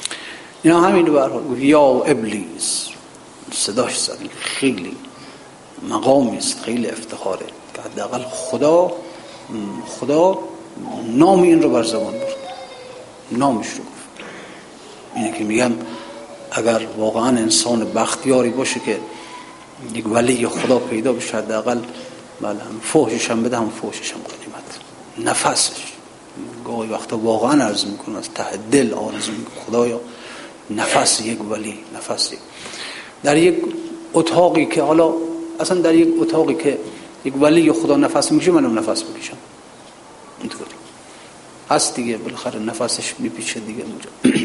اینا همین رو برحال یا ابلیس صداش زد. خیلی مقامی است، خیلی افتخاره که حداقل خدا خدا نام این رو بر زبان برد، نامش رو گفت. اینه که میگم اگر واقعا انسان بختیاری باشه که یک ولی خدا پیدا بشه، حداقل بله هم فحشش هم بده، هم فحشش هم غنیمت. نفسش گاهی وقتا واقعا عرض میکنه از ته دل آرزو میکنه خدایا نفس یک ولی، نفس یک در یک اتاقی که حالا اصلا در یک اتاقی که یک ولی خدا نفس میکشه، منم نفس بکشم. اینطور هست دیگه، بالاخره نفسش میپیچه دیگه اونجا.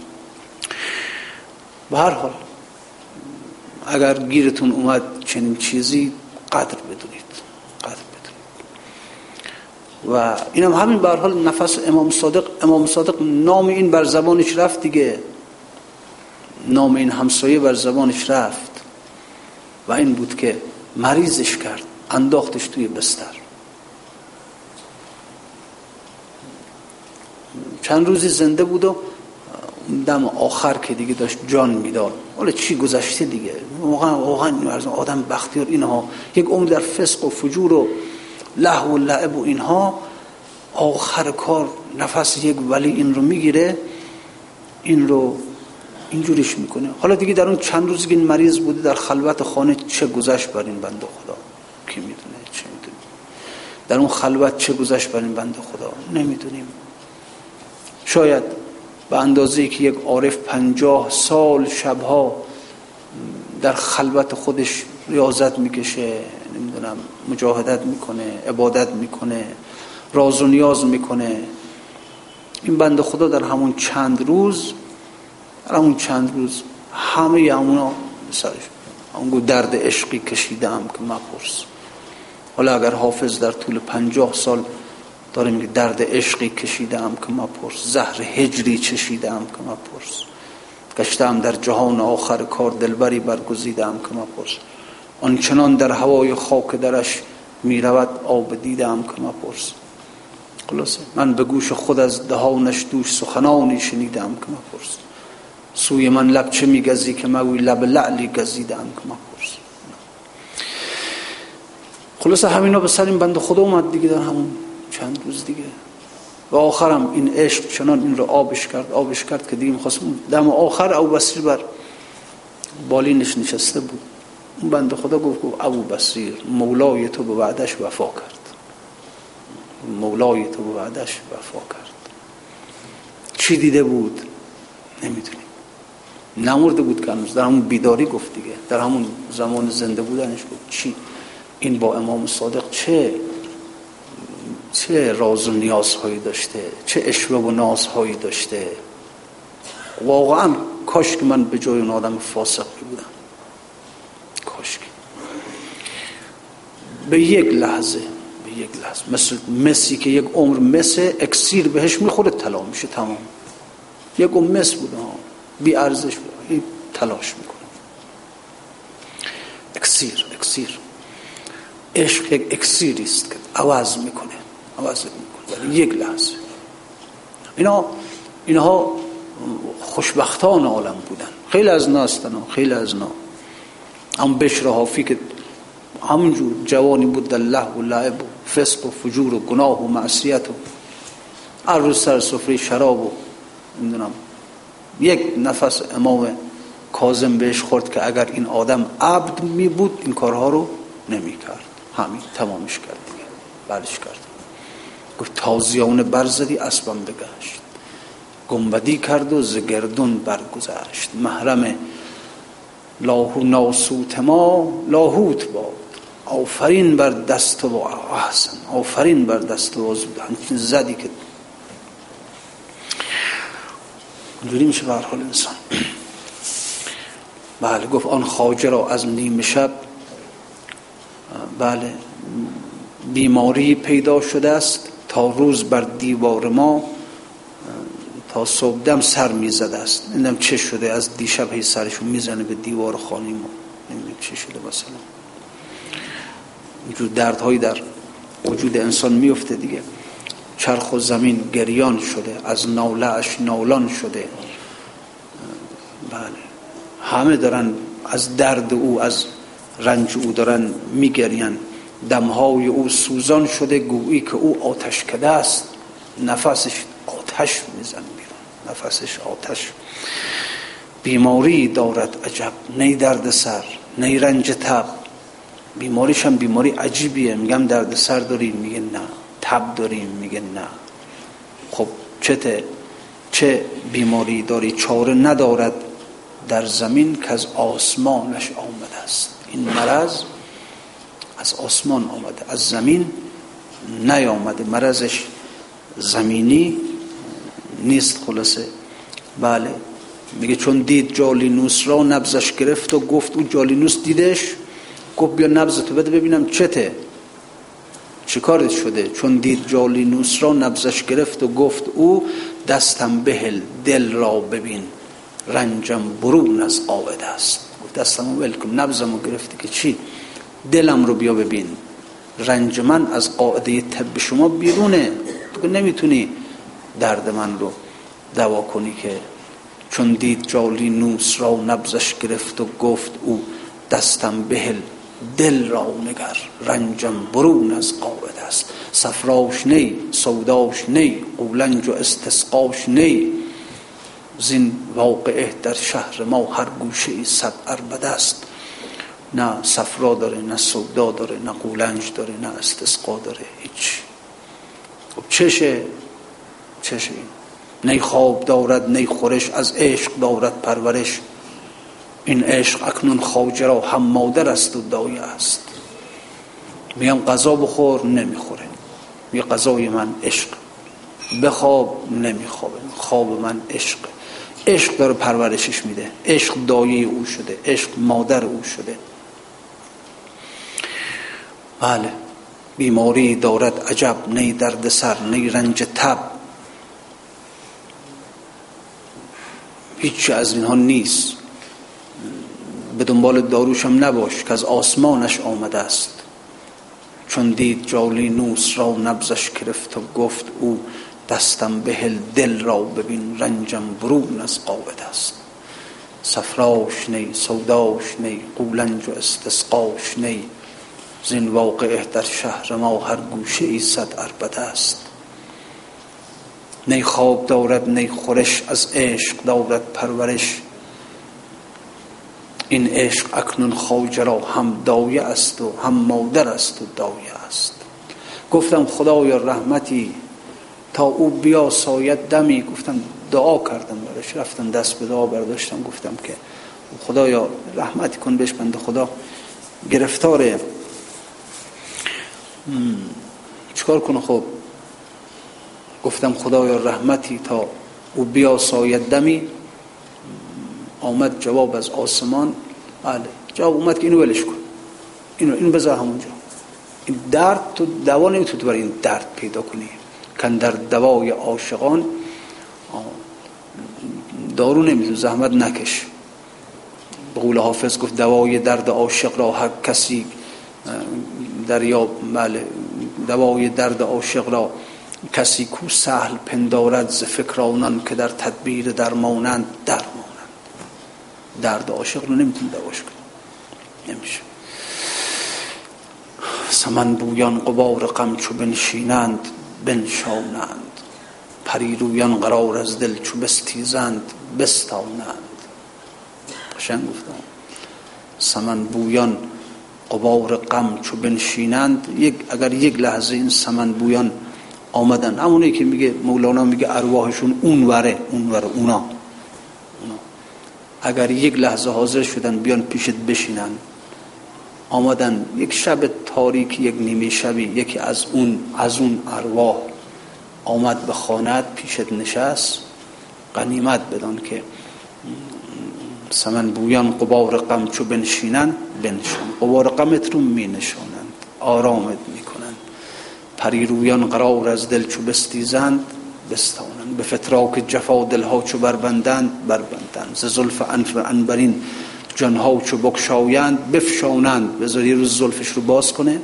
به هر حال اگر گیرتون اومد چنین چیزی، قدر بدونید، قدر بدونید. و اینم همین به هر حال نفس امام صادق امام صادق نام این بر زبانش رفت دیگه، نام این همسایه بر زبانش رفت و این بود که مریضش کرد، انداختش توی بستر. چند روزی زنده بود و دم آخر که دیگه داشت جان میداد، حالا چی گذشته دیگه، واقعا واقعا آدم بختیار اینها یک عمر در فسق و فجور و لهو و لعب و اینها، آخر کار نفس یک ولی این رو میگیره، این رو اینجوریش میکنه. حالا دیگه در اون چند روزی که این مریض بوده در خلوت خانه چه گذشت بر این بنده خدا کی میدونه، چه میدونه در اون خلوت چه گذشت بر این بنده خدا، نمیدونیم. شاید به اندازه‌ای که یک عارف پنجاه سال شبها در خلوت خودش ریاضت میکشه، نمیدونم مجاهدت میکنه، عبادت میکنه، راز و نیاز میکنه، این بنده خدا در همون چند روز در همون چند روز همه همونا سرش همون درد عشقی کشیدم که مپرس. حالا اگر حافظ در طول پنجاه سال داره میگه درد عشقی کشیدم که مپرس، زهر هجری چشیدم که مپرس، گشتم در جهان آخر کار دلبری برگزیدم که مپرس، آنچنان در هوای خاک درش میرود آب دیدم که مپرس. خلاصه من به گوش خود از دهانش دوش سخنانی شنیدم که مپرس، سوی من لب چه میگزی که موی لب لعلی گزیدم که مپرس. خلاصه همینا به سر این بنده خدا اومد دیگه در همون چند روز دیگه، و آخرم این عشق چنان این رو آبش کرد آبش کرد که دیگه می‌خواست دم آخر ابوبصیر بر بالینش نشسته بود. اون بنده خدا گفت گفت ابوبصیر مولای تو به وعدش وفا کرد، مولای تو به وعدش وفا کرد. چی دیده بود نمیدونیم، نمرده بود که هنوز، در همون بیداری گفت دیگه، در همون زمان زنده بودنش گفت چی این با امام صادق چه چه راز و نیازهایی داشته، چه اشوه و نازهایی داشته. واقعا کاش که من به جای اون آدم فاسق بودم، کاش که به یک لحظه به یک لحظه مثل مسی که یک عمر مس اکسیر بهش میخوره طلا میشه تمام، یک عمر مس بود ها بی ارزش بود، تلاش میکنه. اکسیر اکسیر عشق یک اکسیری است که عوض میکنه عوض میکنه یک لحظه. اینا اینها خوشبختان عالم بودن، خیلی از ناستن، خیلی از نا هم بشر حافی که همونجور جوانی بود در لهو و لعب و فسق و فجور و گناه و معصیت و هر روز سر سفره شراب و نمیدونم، یک نفس امام کاظم بهش خورد که اگر این آدم عبد می بود این کارها رو نمی کرد، همین تمامش کرد دیگه، برش کرد. گفت تازیانه برزدی اسبم بگشت، گنبدی کرد و زگردون برگذشت، محرم لاهو ناسوت ما لاهوت باد، آفرین بر دست و احسن، آفرین بر دست و همچین زدی که اونجوری میشه به هر حال انسان. بله گفت آن خواجه را از نیم شب بله بیماری پیدا شده است، تا روز بر دیوار ما تا صبح دم سر میزده است. نمیدونم چه شده، از دیشب هی سرشو میزنه به دیوار خانه ما، نمیدونم چه شده مثلا. اینجور دردهایی در وجود انسان میفته دیگه. چرخ و زمین گریان شده، از ناله اش نالان شده. بله همه دارن از درد او، از رنج او دارن میگرین. دمهای او سوزان شده گویی که او آتش کده است. نفسش آتش میزن بیرون، نفسش آتش. بیماری دارد عجب، نی درد سر نی رنج تب. بیماریش هم بیماری عجیبیه. میگم درد سر داریم، میگه نه. تب داریم، میگه نه. خب چته؟ چه بیماری داری؟ چاره ندارد در زمین که از آسمانش آمده است. این مرض از آسمان آمده، از زمین نیامده. مرضش زمینی نیست. خلاصه بله، میگه چون دید جالینوس را نبضش گرفت و گفت. او جالینوس دیدش، گفت بیا نبضتو بده ببینم چته، چه کارت شده. چون دید جالینوس را نبضش گرفت و گفت او. دستم بهل دل را ببین رنجم برون از قاعده است. گفت دستمو ول کن، نبضمو گرفتی که چی؟ دلم رو بیا ببین. رنج من از قاعده طب شما بیرونه، تو نمیتونی درد من رو دوا کنی که. چون دید جالینوس را نبضش گرفت و گفت او. دستم بهل دل را نگر رنجم برون از قاعده است. صفراش نی سوداش نی قولنج و استسقاش نی. زین واقعه در شهر ما هر گوشه ای صد عربده است. نه صفرا داره، نه سودا داره، نه قولنج داره، نه استسقا داره، هیچ. خب چشه؟ چشه این؟ نی خواب دارد نی خورش، از عشق دارد پرورش. این عشق اکنون خواجه را هم مادر است و دایه است. میگم غذا بخور، نمیخوره. میگه غذای من عشق. بخواب، نمیخوابه. خواب من عشق. عشق داره پرورشش میده. عشق دایه او شده، عشق مادر او شده. بله. بیماری دارد عجب، نی درد سر نی رنج تب. هیچ از اینها نیست. به دنبال داروش هم نباش که از آسمانش آمده است. چون دید جالینوس را نبضش گرفت و گفت او. دستم بهل دل را ببین رنجم برون از قاعده است. صفراش نی سوداش نی قولنج و استسقاش نی. زین واقعه در شهر ما هر گوشه ای صد عربده است. نی خواب دارد نی خورش، از عشق دارد پرورش. این عشق اکنون خواجه را هم دایه است و هم مادر است و دایه است. گفتم خدایا رحمتی تا او بیا ساید دمی. گفتم دعا کردم براش، رفتم دست به دعا برداشتم، گفتم که خدایا رحمتی کن بهش، بنده خدا گرفتاره. چیکار کنه؟ خب گفتم خدایا رحمتی تا او بیا ساید دمی. آمد جواب از آسمان. بله جواب اومد که اینو ولش کن، اینو اینو بذار همونجا. این درد تو دوا نمیتونی برای این درد پیدا کنی. کن در دوای عاشقان دارو نمیتونی، زحمت نکش. به قول حافظ گفت دوای درد عاشق را هر کسی دریا. بله دوای درد عاشق را کسی کو سهل پندارد ز فکر آنان که در تدبیر درمانند درمانند. درد عاشق رو نمیتونی دواش کنی، نمیشه. سمن بویان غبار غم چو بنشینند بنشانند. پریرویان قرار از دل چو بستیزند بستانند. قشنگ گفتم. سمن بویان غبار غم چو بنشینند. یک اگر یک لحظه این سمن بویان آمدن، همونی که میگه مولانا میگه ارواحشون اونوره اونوره اونا اونا اگر یک لحظه حاضر شدن بیان پیشت بشینن، آمدن یک شب تاریکی، یک نیمه شبی، یکی از اون از اون ارواح آمد به خانه‌ات پیشت نشست، غنیمت بدان که سمن بویان غبار غم چو بنشینن بنشان. غبار غمت رو می نشانند، آرامت می کنند. پریرویان قرار از دل چو بستیزند بستانند. به فتراک جفا دلها چو بربندند بربندند. ز زلف انف عنبرین جانها چو بگشایند بفشانند. بذار یه روز زلفش رو باز کنه.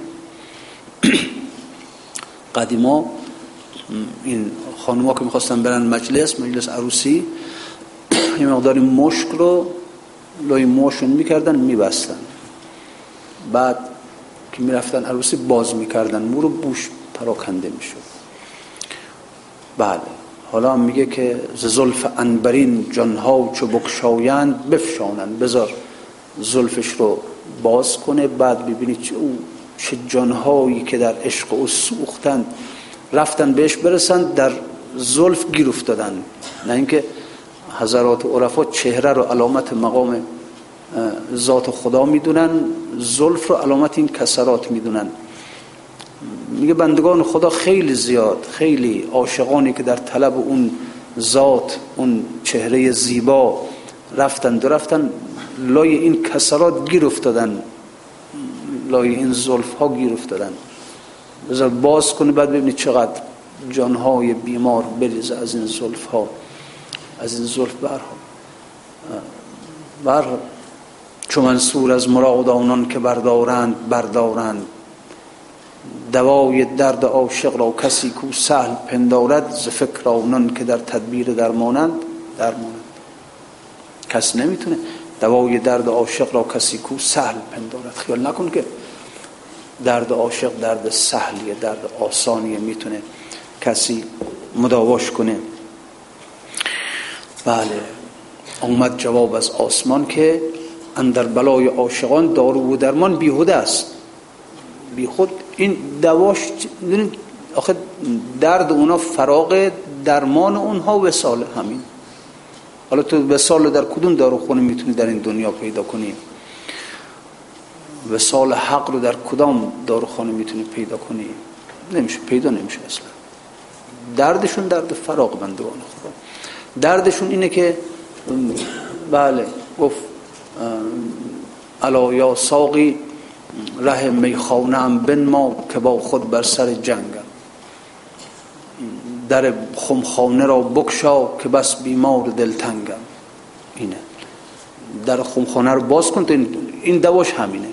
قدیما این خانوما که میخواستن برن مجلس مجلس عروسی، یه مقداری مشک رو لای موشون میکردن میبستن. بعد که میرفتن عروسی باز میکردن مو رو، بوش پراکنده میشد. بله حالا میگه که ز زلف عنبرین جانها چو بگشایند بفشانند، بذار زلفش رو باز کنه، بعد ببینید چه او چه جانهایی که در عشق او سوختند رفتن بهش برسن، در زلف گیر افتادن. نه اینکه حضرات عرفا چهره رو علامت مقام ذات خدا میدونن، زلف رو علامت این کسرات میدونن. میگه بندگان خدا خیلی زیاد، خیلی عاشقانی که در طلب اون ذات، اون چهره زیبا رفتن و رفتن لای این کسرات گیر افتادن، لای این زلف ها گیر افتادن. بذار باز کنه بعد ببینید چقدر جانهای بیمار بریزه از این زلف ها، از این زلف برها برها چو منصور از مراد آنان که بردارند بردارند، دوای درد عاشق را کسی کو سهل پندارد، ز فکر آنان که در تدبیر درمانند درمانند. کس نمیتونه دوای درد عاشق را کسی کو سهل پندارد. خیال نکن که درد عاشق درد سهلیه، درد آسانیه میتونه کسی مداواش کنه. بله اومد جواب از آسمان که اندر بلای عاشقان دارو و درمان بیهوده است. بی خود این دواش، آخه درد اونا فراغ، درمان اونها وصال همین. حالا تو وصال در کدوم داروخونه میتونی در این دنیا پیدا کنی؟ وصال حق رو در کدام داروخانه میتونی پیدا کنی؟ نمیشه، پیدا نمیشه اصلا. دردشون درد فراغ بندگان خدا. دردشون اینه که بله گفت الا یا ساقی ره میخانه‌ام بنما که با خود بر سر جنگم، در خمخانه را بگشا که بس بیمار دلتنگم. اینه در خمخانه رو باز کن، این دواش همینه.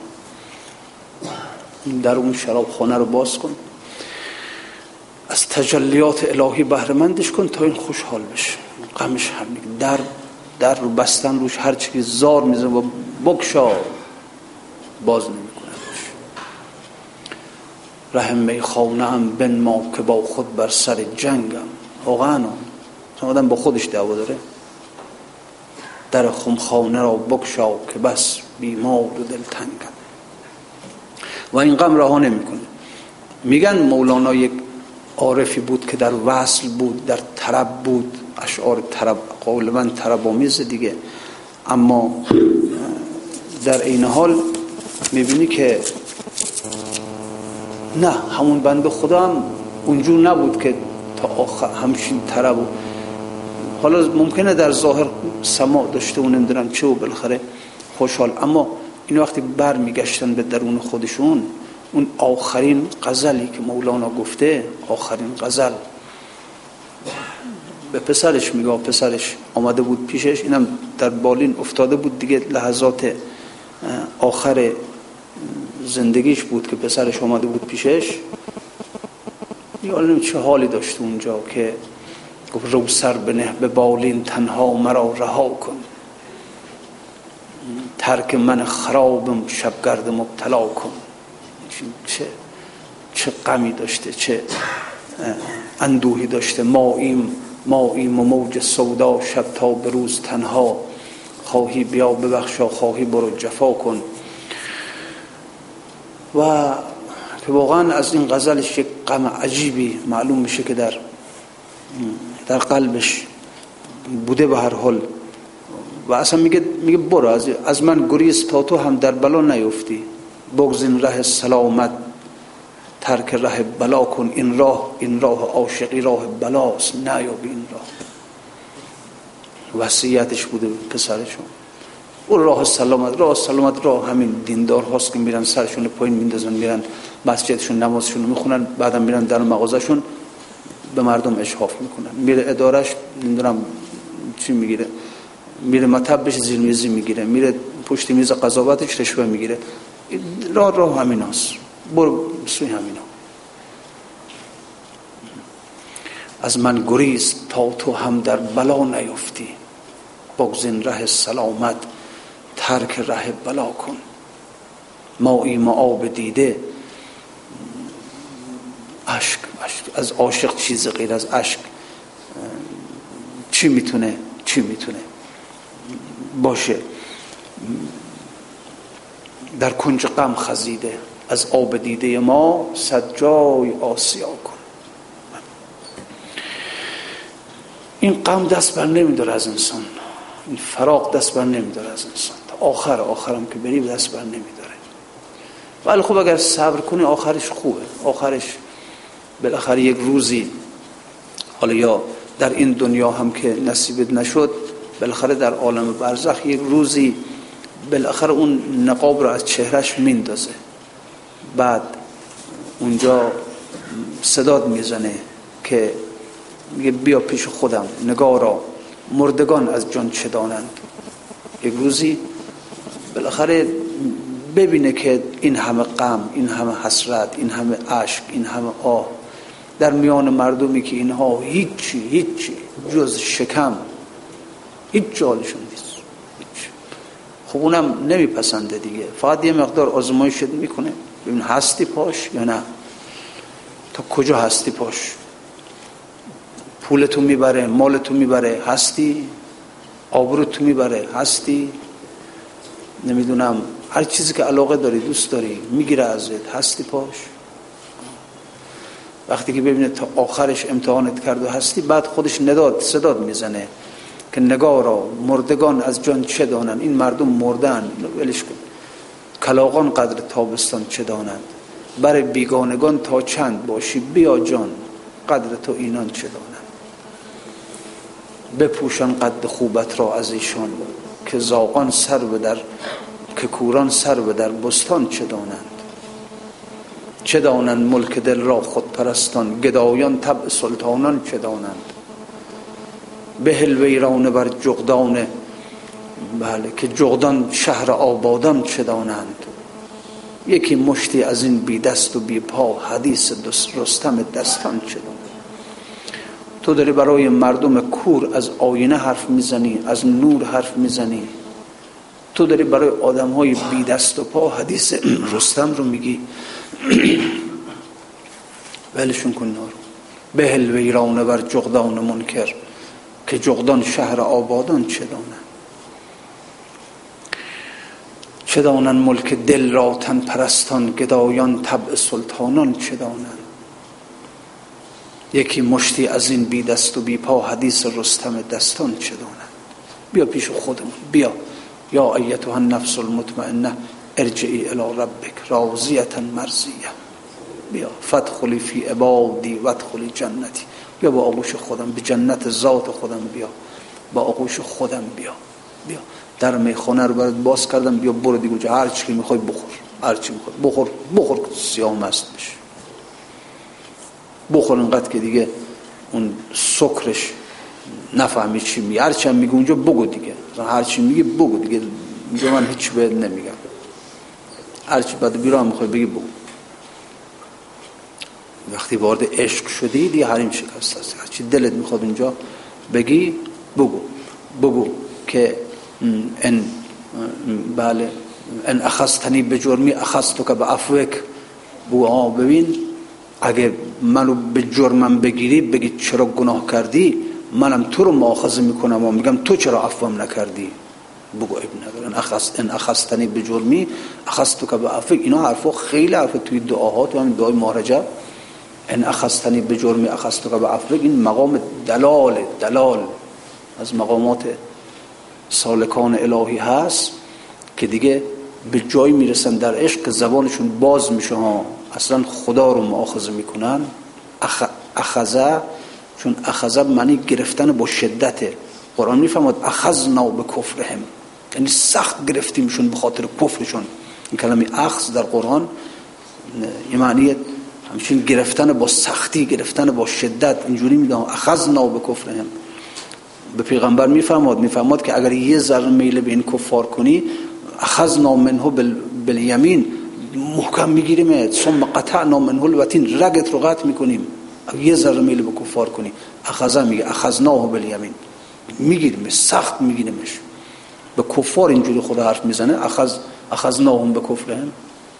در اون شراب خانه رو باز کن، از تجلیات الهی بهره مندش کن تا این خوشحال بشه. غمش همینه، در در رو بستن روش هر چی زار میزنه و بگشا باز نمیکنه. ره میخانه‌ام بنما که با خود بر سر جنگم. واقعا چون آدم با خودش دعوا داره. در خمخانه را بگشا که بس بیمار و دلتنگم. و این غم رها نمیکنه. میگن مولانا یک عارفی بود که در وصل بود، در طرب بود، اشعار طرب قول من طرب‌آمیز دیگه، اما در این حال میبینی که نه، همون بنده خدا هم اونجور نبود که تا آخر همچین طرب و حالا ممکنه در ظاهر سماع داشته و نمیدونم چه و بالاخره خوشحال، اما این وقتی بر میگشتن به درون خودشون، اون آخرین غزلی که مولانا گفته، آخرین غزل به پسرش میگه، پسرش آمده بود پیشش، اینم در بالین افتاده بود دیگه، لحظات آخر زندگیش بود که پسرش آمده بود پیشش. یادم چه حالی داشت اونجا که گفت رو سر بنه به بالین تنها مرا رها کن، ترک من خرابم شبگرد مبتلا کن. چه چه غمی داشته، چه اندوهی داشته. ماییم ماییم و موج سودا شب تا به روز تنها، خواهی بیا ببخشا خواهی برو جفا کن. و که واقعا از این غزلش یک غم عجیبی معلوم میشه که در در قلبش بوده به هر حال. و اصلا میگه میگه برو از, از من گریز تا تو هم در بلا نیفتی، بگزین ره سلامت ترک ره بلا کن، این راه این راه عاشقی راه بلاست نیابی این راه. وصیتش بوده پسرشون. اون راه سلامت، راه سلامت راه همین دیندار هاست که میرن سرشون پایین میندازن، میرن مسجدشون نمازشون رو میخونن، بعدم میرن در مغازشون به مردم اشحاف میکنن. میره ادارش نمیدونم چی میگیره، میره مطبش زیر میزی میگیره، میره پشت میز قضاوتش رشوه میگیره. راه راه همین هست، برو سوی همینا. از من گریز تا تو هم در بلا نیفتی، بگزین ره سلامت ترک ره بلا کن. ماییم آب دیده. عشق از عاشق چیز غیر از عشق چی میتونه چی میتونه باشه؟ در کنج غم خزیده، از آب دیده ما صد جای آسیا کن. این غم دست بر نمیداره از انسان، این فراق دست بر نمیداره از انسان، تا آخر آخرم که بریم دست بر نمیداره. ولی خب اگر صبر کنی آخرش خوبه، آخرش بالاخره یک روزی، حالا یا در این دنیا هم که نصیبت نشد، بالاخره در عالم برزخ یک روزی بالاخره اون نقاب رو از چهرش میندازه. بعد اونجا صدات میزنه که میگه بیا پیش خودم نگارا، مردگان از جان چه دانند. یک روزی بالاخره ببینه که این همه غم، این همه حسرت، این همه اشک، این همه آه در میان مردمی که اینها هیچی هیچی جز شکم هیچ جالشون نیست. هیچ. خب اونم نمیپسنده دیگه، فقط یه مقدار آزمایشت میکنه ببین هستی پاش یا نه، تا کجا هستی پاش. پولتو میبره، مالتو میبره، هستی. آبروتو میبره، هستی. نمیدونم هر چیزی که علاقه داری دوست داری میگیره ازت، هستی پاش. وقتی که ببینه تا آخرش امتحانت کرد و هستی، بعد خودش نداد صداد میزنه که نگارا مردگان از جان چه دانند. این مردم مردن، ولش کن. کلاغان قدر تابستان چه دانند. بر بیگانگان تا چند باشی بیا جان، قدر تو اینان چه دانند. بپوشان قد خوبت را از ایشان، که زاغان سر به در که کوران سر به در بستان چه دانند. چه دانند ملک دل را خود پرستان، گدایان طبع سلطانان چه دانند. بهل ویرانه بر جغدان، بله که جغدان شهر آبادان چه دانند. یکی مشتی از این بی دست و بی پا، حدیث رستم دستان چه دانند. تو داری برای مردم کور از آینه حرف میزنی، از نور حرف میزنی. تو داری برای آدم های بی دست و پا حدیث رستم رو میگی. ولشون کن نارو. بهل ویرانه بر جغدان منکر، که جغدان شهر آبادان چه دانند. چه دانند ملک دل را تن پرستان، گدایان طبع سلطانان چه دانند. یکی مشتی از این بی دست و بی پا، حدیث رستم دستان چه دانند. بیا پیش خودمون، بیا یا ایتها النفس المطمئنه ارجعی الی ربک راضیه مرضیه. بیا فادخلی فی عبادی وادخلی جنتی. بیا با آغوش خودم به جنت ذات خودم بیا، با آغوش خودم بیا. بیا در میخانه رو برات باز کردم، بیا برو دیگه هر چی میخوای بخور، هر چی میخوای بخور بخور سیاه مست بش. بخور انقدر که دیگه اون سکرش نفهمی چی میگه. هر چی میگه اونجا بگو دیگه، هر چی میگه بگو دیگه. میگه من هیچ بهت نمیگم، هر چی بعد بیرون میخوای بگی بگو. وقتی وارد عشق شدی دیگه حریم شکست است. هر چی دلت میخواد اونجا بگی بگو. بگو که ان بله ان اخذتنی به جرمی اخذتک به عفوک. بگو آه ببین اگه منو به جرمم بگیری بگی چرا گناه کردی، منم تو رو مؤاخذه میکنم و میگم تو چرا عفوم نکردی. بگو ابن نداره. ان اخذ ان اخذتنی به جرمی اخذتک به عفوک. اینا حرفا خیلی حرف توی دعاها، تو همین دعای مهرجه ان اخذتنی به جرمی اخذتک به عفوک. این مقام دلال دلال از مقامات سالکان الهی هست که دیگه به جایی میرسن در عشق که زبانشون باز میشه ها، اصلا خدا رو مؤاخذه میکنن. اخ... اخذه، چون اخذه معنی گرفتن با شدته. قرآن میفهمد اخذنا به کفرهم، یعنی سخت گرفتیمشون به خاطر کفرشون. این کلمه اخذ در قرآن یه معنی همچین گرفتن با سختی، گرفتن با شدت، اینجوری میگه اخذنا به کفرهم. به پیغمبر میفهمد میفهمد که اگر یه ذره میل به این کفار کنی اخذنا منه بالیمین، محکم میگیریم، ثم قطعنا منه الوتین، رگت رو قطع میکنیم. اگر یه ذره میل به کفار کنی، اخذا میگه اخذناه بالیمین، میگیریم، سخت میگیریمش. به کفار اینجوری خدا حرف میزنه اخذ اخذناهم به کفرهم.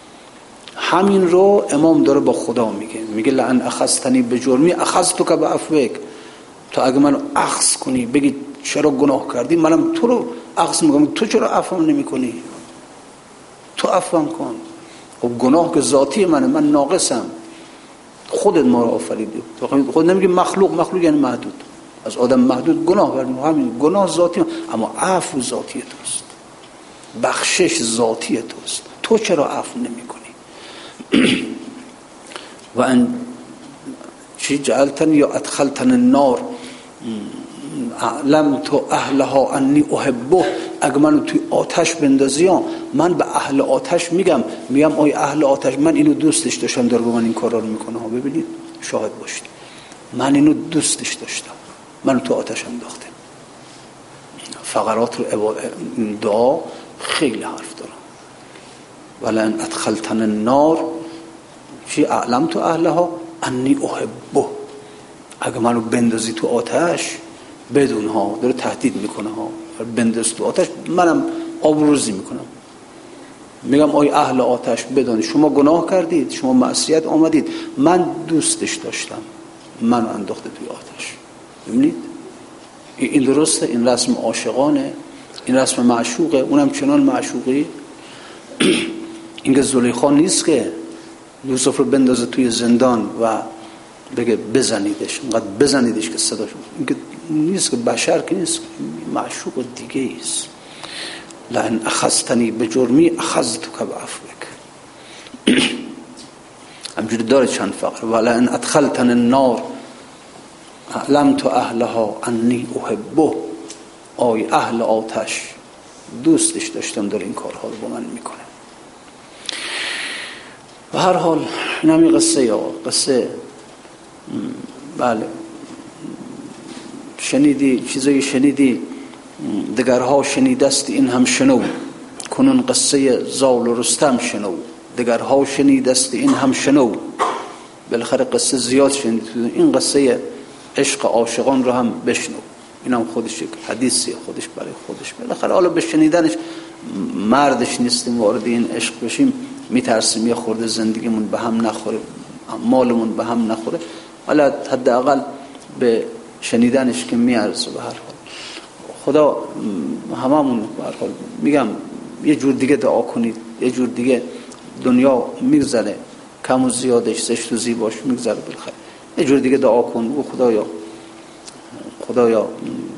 همین رو امام داره با خدا میگه، میگه لئن اخذتنی به جرمی اخذتک بعفوک. تو اگه منو اخذ کنی بگی چرا گناه کردی، منم تو رو اخذ میکنم، تو چرا عفوم نمیکنی؟ تو عفوم کن. خب گناه که ذاتی منه، من ناقصم، خودت ما رو آفریدی. خود نمیگه مخلوق، مخلوق یعنی محدود، از آدم محدود گناه کردیم، همین گناه ذاتی من. اما عفو ذاتی توست، بخشش ذاتی توست، تو چرا عفو نمیکنی؟ و ان چی جعلتن یا ادخلتن النار علم تو اهلها انی احبه. اگه منو توی آتش بندازی، من به اهل آتش میگم میگم آی اهل آتش، من اینو دوستش داشتم، داره با من این کارا رو میکنه ها، ببینید شاهد باشید، من اینو دوستش داشتم، منو تو آتش انداخته. فقرات رو دعا خیلی حرف داره. ولن ادخلتن النار چی اعلم تو اهلها انی احبه. اگه منو بندازی تو آتش، بدون ها داره تهدید میکنه ها، بنداز تو آتش منم آبروزی میکنم. میگم آی اهل آتش بدونید شما گناه کردید، شما معصیت آمدید، من دوستش داشتم، منو انداخته توی آتش. ببینید این درسته، این رسم عاشقانه، این رسم معشوقه، اونم چنان معشوقی. اینکه زلیخا نیست که یوسف رو بندازه توی زندان و بگه بزنیدش، اینقدر بزنیدش که صداش، اینکه نیست که بشر که نیست، معشوق دیگه ایست. لئن اخذتنی به جرمی اخذتک بعفوک. همجوری داره چند فقره. ولئن ادخلتن النار علمت اهلها انی احبه. آی اهل آتش دوستش داشتم، داره این کارها رو با من میکنه. و هر حال این همی قصه یا قصه بله شنیدی چیزایی شنیدی دگرها شنیدست این هم شنو، کنون قصه زال و رستم شنو. دگرها شنیدست این هم شنو، بالاخره قصه زیاد شنید، این قصه عشق عاشقان رو هم بشنو. این هم خودش یک حدیثی خودش برای خودش. بالاخره حالا به شنیدنش مردش نیستیم، وارد این عشق بشیم میترسیم یه خورده زندگیمون به هم نخوره، مالمون به هم نخوره، حالا حداقل به شنیدنش که میارزه. به هر حال خدا هممون به هر حال میگم یه جور دیگه دعا کنید، یه جور دیگه دنیا میگذره، کم و زیادش، زشت و زیباش میگذره، بالاخره یه جور دیگه دعا کن و خدایا خدایا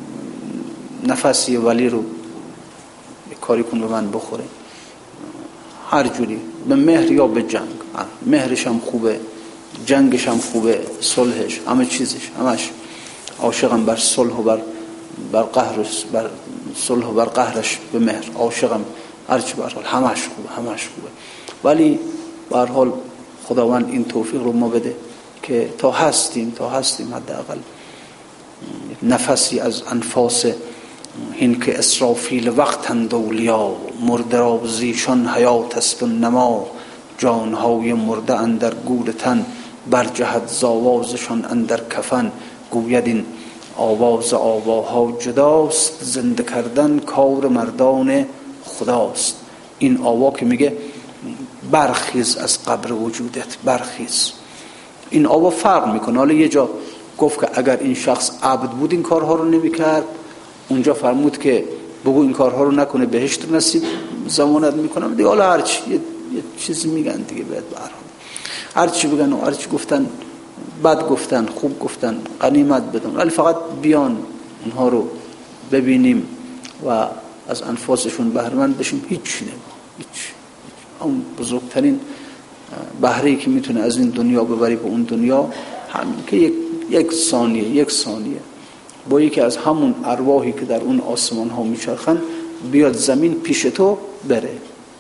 نفسی ولی رو کاری کن به من بخوره، هر جوری، به مهر یا به جنگ. مهرش هم خوبه، جنگش هم خوبه، صلحش، همه چیزش، همش عاشقم بر صلح و بر بر قهرش، بر صلح و بر قهرش به مهر عاشقم، هر چی به هر حال همش خوبه، همش خوبه. ولی به هر حال خداوند این توفیق رو ما بده که تا هستیم تا هستیم حداقل نفسی از انفاس این که اسرافیل وقتند اولیا، مرده را زیشان حیات است و نما. جانهای مرده اندر گور تن، بر جهت زاوازشان اندر کفن. گوید این آواز آواها جداست، زنده کردن کار مردان خداست. این آوا که میگه برخیز از قبر وجودت، برخیز، این آوا فرق میکنه. حالا یه جا گفت که اگر این شخص عبد بود این کارها رو نمیکرد، اونجا فرمود که بگو این کارها رو نکنه بهشت رو نصیب ضمانت میکنم دیگه. حالا هرچی یه, یه چیزی میگن دیگه، باید برام هرچی بگن و هرچی گفتن، بد گفتن خوب گفتن، غنیمت بدون، ولی فقط بیان اونها رو ببینیم و از انفاسشون بهره‌مند بشیم. هیچ نمیشه، هیچ. اون بزرگترین بهره‌ای که میتونه از این دنیا ببری به اون دنیا همین که یک یک ثانیه یک ثانیه با یکی از همون ارواحی که در اون آسمان ها میچرخن بیاد زمین پیش تو بره.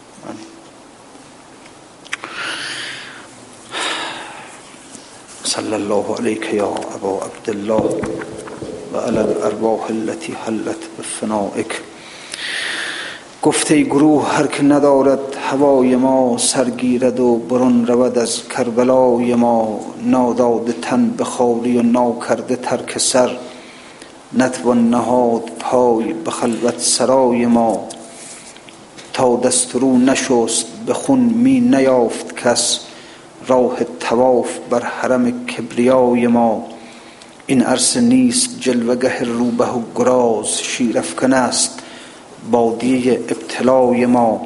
صلی الله علیک یا ابا عبدالله و علی الارواح التي حلت بفنائک. گفته گروه هر که ندارد هوای ما، سرگیرد و برون رود از کربلای ما. ناداده تن به خالی و ناکرده ترک سر، نتوان نهاد پای به خلوت سرای ما. تا دست رو نشست به خون می نیافت کس، راه طواف بر حرم کبریای ما. این عرصه نیست جلوگه روبه و گراز، شیرافکن است بادیه ابتلای ما.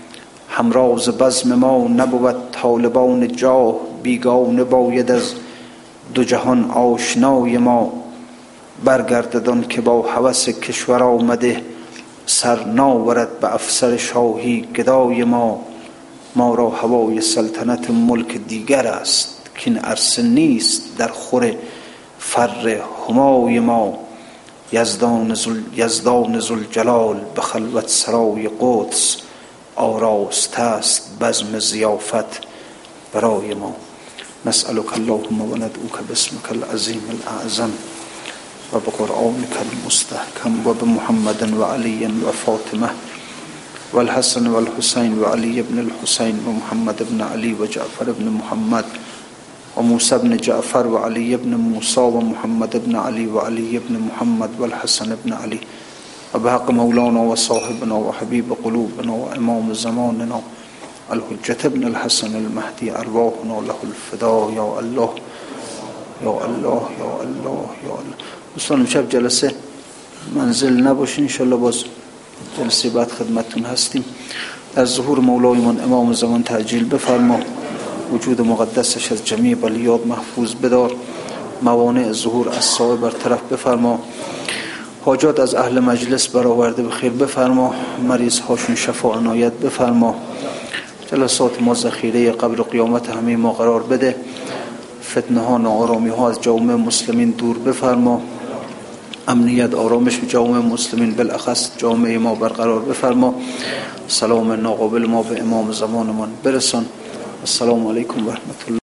همراز بزم ما نبود طالبان جاه، بیگانه باید از دو جهان آشنای ما. برگرددان که با هوس کشور آمده، سر ناورد به افسر شاهی گدای ما. ما را هوای سلطنت ملک دیگر است، که این عرصه نیست در خور فر همای ما. یزدان زل یزدان ذوالجلال به خلوت سرای قدس، آراسته است بزم ضیافت برای ما. نسألك اللهم و ندعوك باسمك العظیم الاعظم و بقرآنك المستحکم و بمحمد و علی و فاطمه و الحسن و الحسین و علی ابن الحسین و محمد ابن علی و جعفر ابن محمد و موسی ابن جعفر و علی ابن موسی و محمد ابن علی و علی ابن محمد و الحسن ابن علی و بحق مولانا و صاحبنا و حبیب قلوبنا و امام زماننا الحجة ابن الحسن المهدی ارواحنا له الفدا. یا الله یا الله یا الله یا الله. دوستان امشب جلسه منزل نباشه، انشالله باز جلسه بعد خدمتتون هستیم. در ظهور مولایمان امام زمان تعجیل بفرما، وجود مقدسش از جمیع بلیات محفوظ بدار، موانع ظهور از سایه برطرف بفرما، حاجات از اهل مجلس برآورده به خیر بفرما، مریض هاشون شفا عنایت بفرما، جلسات ما ذخیره قبر و قیامت همه ما قرار بده، فتنه ها ناآرامی ها از جامعه مسلمین دور بفرما، امنیت آرامش و جامعه مسلمین بالاخص جامعه ما برقرار بفرما، سلام ناقابل ما به امام زمانمان برسان. السلام علیکم و رحمت الله.